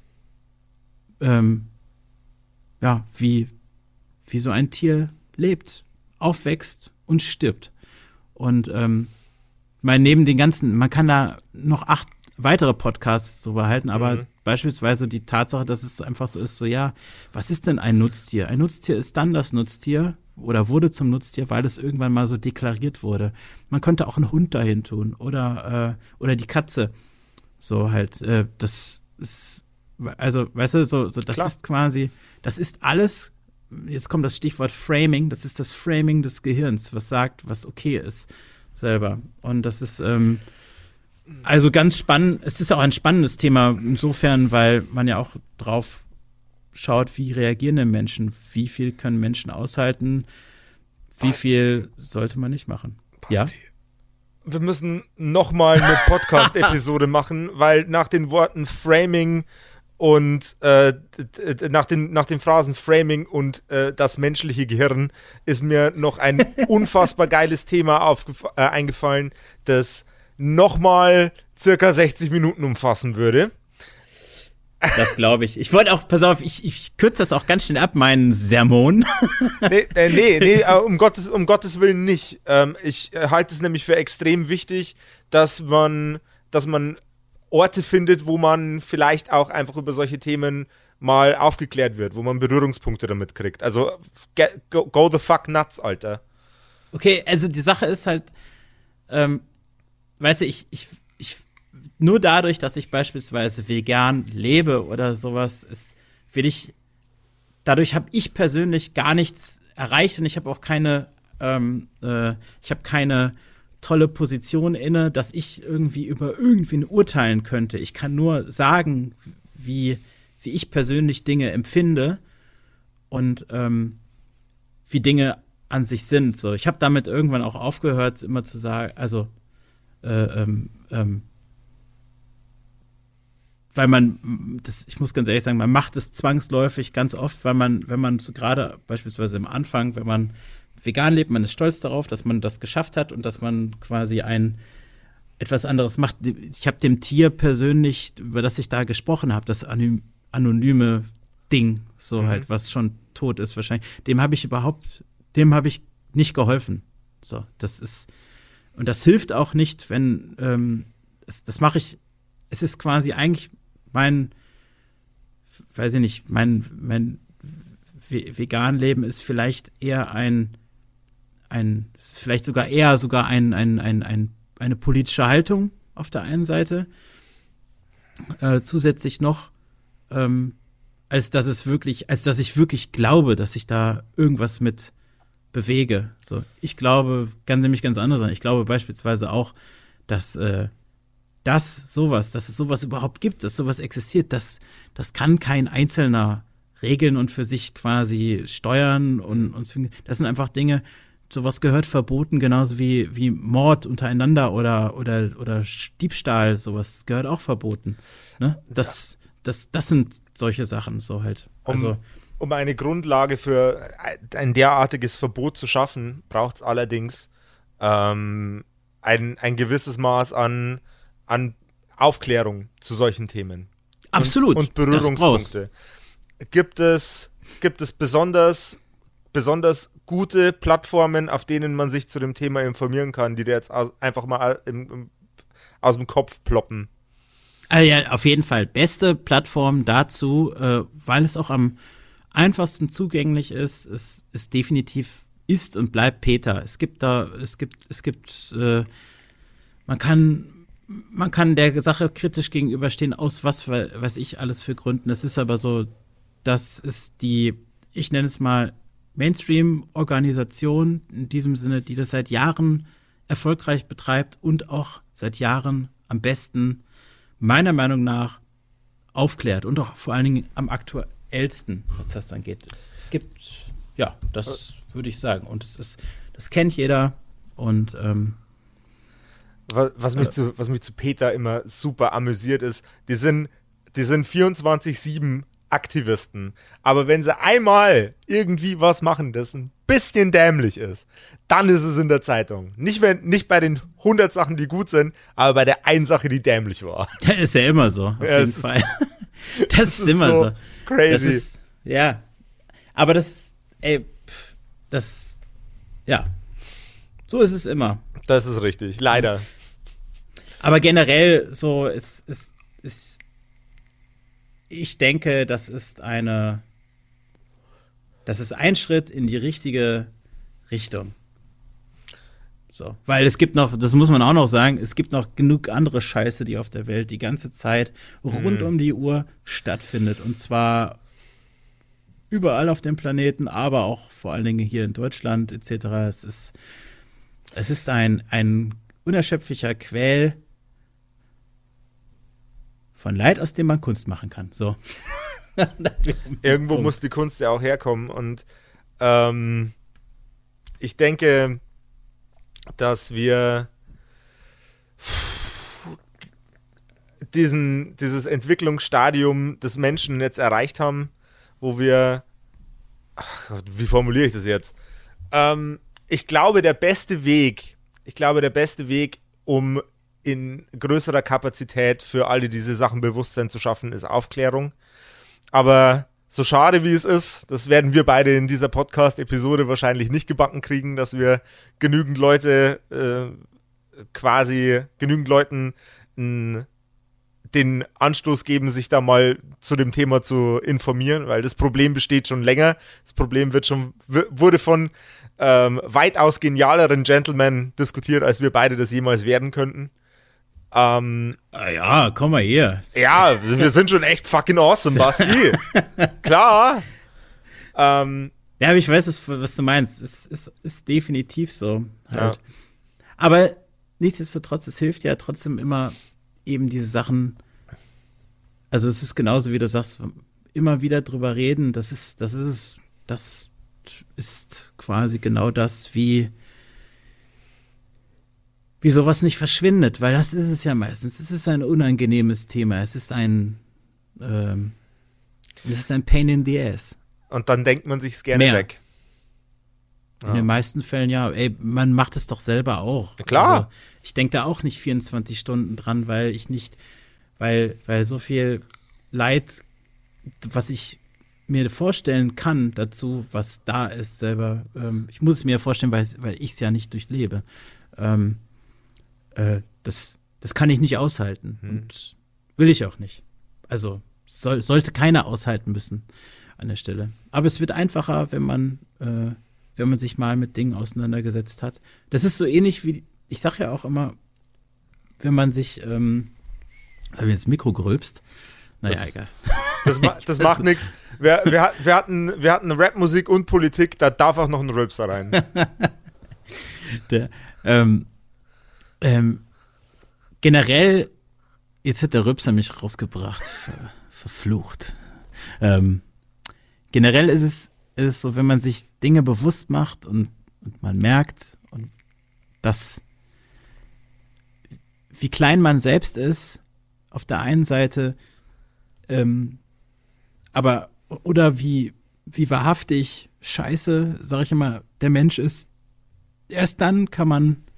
wie so ein Tier lebt, aufwächst und stirbt. Und neben den ganzen, man kann da noch 8 weitere Podcasts drüber halten, aber beispielsweise die Tatsache, dass es einfach so ist, so ja, was ist denn ein Nutztier? Ein Nutztier ist dann das Nutztier oder wurde zum Nutztier, weil es irgendwann mal so deklariert wurde. Man könnte auch einen Hund dahin tun oder die Katze. So halt, das ist, also, weißt du, so das Klar. Ist quasi, das ist alles, jetzt kommt das Stichwort Framing, das ist das Framing des Gehirns, was sagt, was okay ist selber. Und das ist, also ganz spannend, es ist auch ein spannendes Thema insofern, weil man ja auch drauf schaut, wie reagieren denn Menschen, wie viel können Menschen aushalten, wie viel sollte man nicht machen. Basti. Ja? Wir müssen nochmal eine Podcast-Episode machen, weil nach den Worten Framing und nach den Phrasen Framing und das menschliche Gehirn ist mir noch ein unfassbar geiles Thema eingefallen, das nochmal circa 60 Minuten umfassen würde. Das glaube ich. Ich wollte auch, pass auf, ich kürze das auch ganz schnell ab, meinen Sermon. Nee, um Gottes Willen nicht. Ich halte es nämlich für extrem wichtig, dass man Orte findet, wo man vielleicht auch einfach über solche Themen mal aufgeklärt wird, wo man Berührungspunkte damit kriegt. Also go the fuck nuts, Alter. Okay, also die Sache ist halt, weißt du, ich nur dadurch, dass ich beispielsweise vegan lebe oder sowas, dadurch habe ich persönlich gar nichts erreicht und ich habe auch keine tolle Position inne, dass ich irgendwie über irgendwen urteilen könnte. Ich kann nur sagen, wie ich persönlich Dinge empfinde und wie Dinge an sich sind. So, ich habe damit irgendwann auch aufgehört, immer zu sagen, also weil ich muss ganz ehrlich sagen, man macht es zwangsläufig ganz oft, weil wenn man gerade beispielsweise am Anfang, wenn man vegan lebt, man ist stolz darauf, dass man das geschafft hat und dass man quasi etwas anderes macht. Ich habe dem Tier persönlich, über das ich da gesprochen habe, das anonyme Ding, so halt, was schon tot ist wahrscheinlich, dem habe ich nicht geholfen. So, und das hilft auch nicht, wenn das mache ich. Es ist quasi eigentlich mein Vegan-Leben ist vielleicht eher vielleicht sogar eine politische Haltung auf der einen Seite, zusätzlich noch, als dass ich wirklich glaube, dass ich da irgendwas mit bewege. So, ich glaube, kann nämlich ganz anders sein. Ich glaube beispielsweise auch, dass es sowas überhaupt gibt, dass sowas existiert, das kann kein Einzelner regeln und für sich quasi steuern und das sind einfach Dinge, sowas gehört verboten, genauso wie Mord untereinander oder Diebstahl, sowas gehört auch verboten. Ne? Das sind solche Sachen so halt. Also, um eine Grundlage für ein derartiges Verbot zu schaffen, braucht es allerdings ein gewisses Maß an Aufklärung zu solchen Themen. Absolut. Und Berührungspunkte. Gibt es besonders gute Plattformen, auf denen man sich zu dem Thema informieren kann, die dir jetzt einfach mal aus dem Kopf ploppen? Also ja, auf jeden Fall. Beste Plattform dazu, weil es auch am einfachsten zugänglich ist definitiv und bleibt Peter. Man kann der Sache kritisch gegenüberstehen, aus was weiß ich alles für Gründen. Es ist aber so, das ist ich nenne es mal Mainstream-Organisation in diesem Sinne, die das seit Jahren erfolgreich betreibt und auch seit Jahren am besten, meiner Meinung nach, aufklärt und auch vor allen Dingen am aktuellsten, was das angeht. Es gibt, ja, das würde ich sagen. Und das kennt jeder und Was mich zu Peter immer super amüsiert ist, die sind 24/7 Aktivisten. Aber wenn sie einmal irgendwie was machen, das ein bisschen dämlich ist, dann ist es in der Zeitung. Nicht bei den 100 Sachen, die gut sind, aber bei der einen Sache, die dämlich war. Das ist ja immer so, auf jeden Fall. Das ist immer so. Crazy. Ja. Aber so ist es immer. Das ist richtig, leider. Aber generell so ich denke, das ist ein Schritt in die richtige Richtung. So, weil es gibt noch, das muss man auch noch sagen, es gibt noch genug andere Scheiße, die auf der Welt die ganze Zeit rund um die Uhr stattfindet. Und zwar überall auf dem Planeten, aber auch vor allen Dingen hier in Deutschland etc. Es ist ein unerschöpflicher Quell von Leid, aus dem man Kunst machen kann. So. Irgendwo muss die Kunst ja auch herkommen. Und ich denke, dass wir dieses Entwicklungsstadium des Menschen jetzt erreicht haben, wo wir, wie formuliere ich das jetzt? Ich glaube, der beste Weg, um in größerer Kapazität für alle diese Sachen Bewusstsein zu schaffen, ist Aufklärung. Aber so schade wie es ist, das werden wir beide in dieser Podcast-Episode wahrscheinlich nicht gebacken kriegen, dass wir genügend Leuten den Anstoß geben, sich da mal zu dem Thema zu informieren, weil das Problem besteht schon länger. Das Problem wurde von weitaus genialeren Gentlemen diskutiert, als wir beide das jemals werden könnten. Ja, komm mal her. Ja, wir sind schon echt fucking awesome, Basti. Klar. Ja, aber ich weiß, was du meinst. Es ist definitiv so. Halt. Ja. Aber nichtsdestotrotz, es hilft ja trotzdem immer eben diese Sachen, also es ist genauso, wie du sagst, immer wieder drüber reden, das ist quasi genau das, wie sowas nicht verschwindet, weil das ist es ja meistens. Es ist ein unangenehmes Thema, es ist ein Pain in the ass. Und dann denkt man sich's gerne weg. In den meisten Fällen ja. Ey, man macht es doch selber auch. Ja, klar. Also, ich denke da auch nicht 24 Stunden dran, weil so viel Leid, was ich mir vorstellen kann dazu, was da ist selber, ich muss es mir vorstellen, weil ich es ja nicht durchlebe. Das kann ich nicht aushalten und will ich auch nicht. Also sollte keiner aushalten müssen an der Stelle. Aber es wird einfacher, wenn man sich mal mit Dingen auseinandergesetzt hat. Das ist so ähnlich wie, ich sage ja auch immer, wenn man sich, jetzt habe ich ins Mikro gerülpst. Naja, egal. Das macht nichts. Wir hatten Rapmusik und Politik, da darf auch noch ein Rülpser rein. Generell, jetzt hat der Rülpser mich rausgebracht, verflucht. Generell ist es so, wenn man sich Dinge bewusst macht und man merkt, und dass wie klein man selbst ist, auf der einen Seite, aber oder wie wahrhaftig scheiße, sag ich immer, der Mensch ist, erst dann kann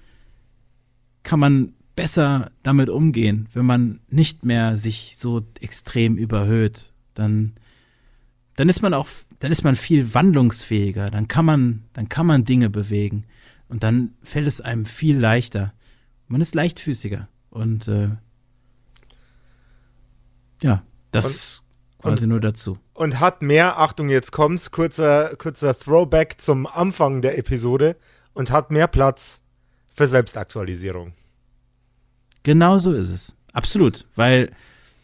man besser damit umgehen, wenn man nicht mehr sich so extrem überhöht, dann ist man viel wandlungsfähiger, dann kann man Dinge bewegen und dann fällt es einem viel leichter. Man ist leichtfüßiger und das quasi nur dazu. Und hat mehr, Achtung, jetzt kommt's, kurzer Throwback zum Anfang der Episode, und hat mehr Platz für Selbstaktualisierung. Genau so ist es. Absolut, weil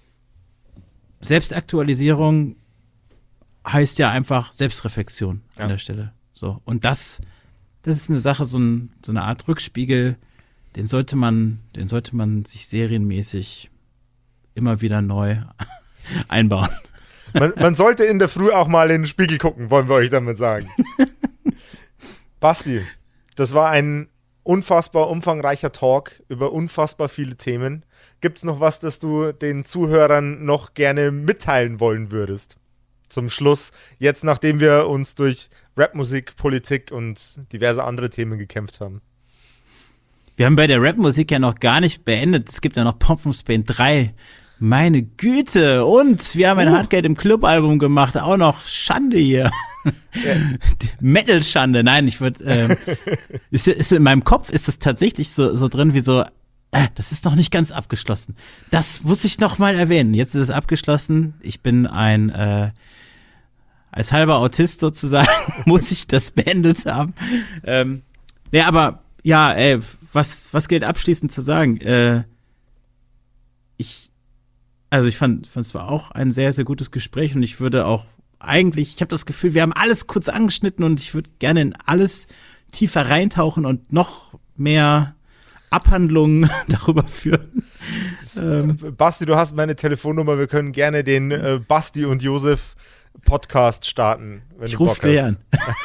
Selbstaktualisierung heißt ja einfach Selbstreflexion an der Stelle. So. Und das ist eine Sache, so eine Art Rückspiegel, den sollte man sich serienmäßig immer wieder neu einbauen. Man sollte in der Früh auch mal in den Spiegel gucken, wollen wir euch damit sagen. Basti, das war ein unfassbar umfangreicher Talk über unfassbar viele Themen. Gibt's noch was, das du den Zuhörern noch gerne mitteilen wollen würdest? Zum Schluss, jetzt nachdem wir uns durch Rapmusik, Politik und diverse andere Themen gekämpft haben. Wir haben bei der Rapmusik ja noch gar nicht beendet. Es gibt ja noch Pop from Spain 3. Meine Güte. Und wir haben ein Hardgate im Club-Album gemacht. Auch noch Schande hier. Metal-Schande. Nein, ich würde ist in meinem Kopf ist das tatsächlich so drin wie so, das ist noch nicht ganz abgeschlossen. Das muss ich noch mal erwähnen. Jetzt ist es abgeschlossen. Ich bin als halber Autist sozusagen, muss ich das beendet haben. Aber ja, was gilt abschließend zu sagen? Ich fand es war auch ein sehr, sehr gutes Gespräch und ich würde auch ich habe das Gefühl, wir haben alles kurz angeschnitten und ich würde gerne in alles tiefer reintauchen und noch mehr Abhandlungen darüber führen. Basti, du hast meine Telefonnummer. Wir können gerne den Basti und Josef Podcast starten, wenn Ich du Bock rufe Clay an.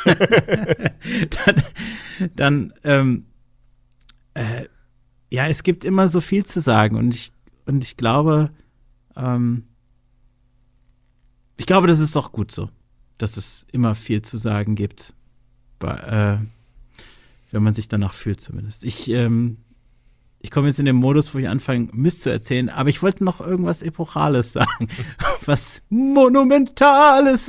Dann ja, es gibt immer so viel zu sagen und ich glaube, das ist auch gut so, dass es immer viel zu sagen gibt, wenn man sich danach fühlt zumindest. Ich komme jetzt in den Modus, wo ich anfange, Mist zu erzählen, aber ich wollte noch irgendwas Epochales sagen. Was Monumentales.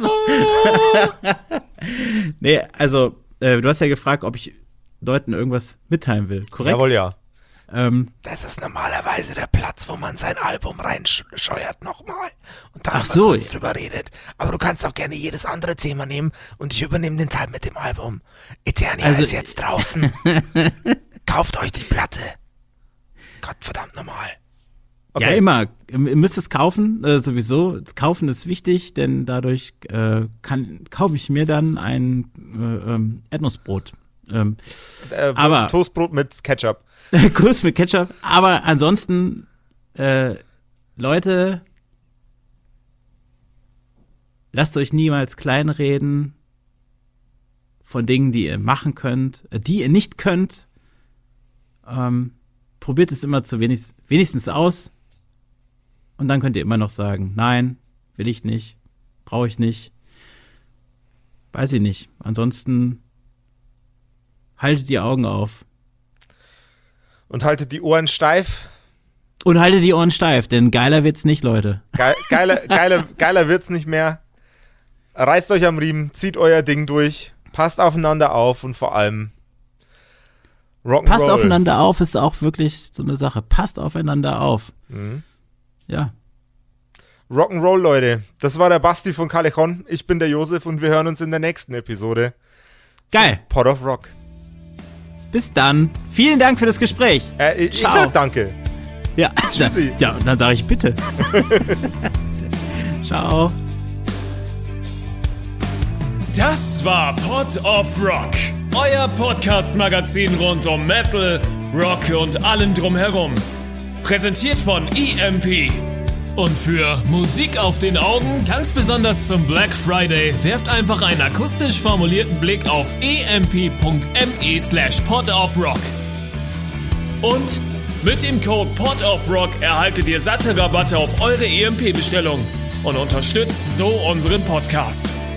Nee, also, du hast ja gefragt, ob ich Leuten irgendwas mitteilen will, korrekt? Jawohl, ja. Das ist normalerweise der Platz, wo man sein Album reinscheuert nochmal und dann kurz drüber redet. Aber du kannst auch gerne jedes andere Thema nehmen und ich übernehme den Teil mit dem Album. Eternia ist jetzt draußen. Kauft euch die Platte. Gottverdammt nochmal. Okay. Ja, immer. Ihr müsst es kaufen, sowieso. Kaufen ist wichtig, denn dadurch kaufe ich mir dann ein Erdnussbrot. Aber Toastbrot mit Ketchup. Kurs mit Ketchup. Aber ansonsten, Leute, lasst euch niemals kleinreden von Dingen, die ihr machen könnt, die ihr nicht könnt. Probiert es immer wenigstens aus. Und dann könnt ihr immer noch sagen, nein, will ich nicht, brauche ich nicht, weiß ich nicht. Ansonsten haltet die Augen auf. Und haltet die Ohren steif. Und haltet die Ohren steif, denn geiler wird's nicht, Leute. Geiler wird's nicht mehr. Reißt euch am Riemen, zieht euer Ding durch, passt aufeinander auf und vor allem Rock'n'Roll. Passt aufeinander auf ist auch wirklich so eine Sache. Passt aufeinander auf. Mhm. Ja. Rock'n'Roll, Leute. Das war der Basti von Callejon. Ich bin der Josef und wir hören uns in der nächsten Episode. Geil. Pod of Rock. Bis dann. Vielen Dank für das Gespräch. Ich sag danke. Ja, Tschüssi. Ja, und dann sage ich bitte. Ciao. Das war Pod of Rock, euer Podcast-Magazin rund um Metal, Rock und allem drumherum. Präsentiert von EMP. Und für Musik auf den Augen, ganz besonders zum Black Friday, werft einfach einen akustisch formulierten Blick auf emp.me/podofrock. Und mit dem Code PODOFROCK erhaltet ihr satte Rabatte auf eure EMP-Bestellung und unterstützt so unseren Podcast.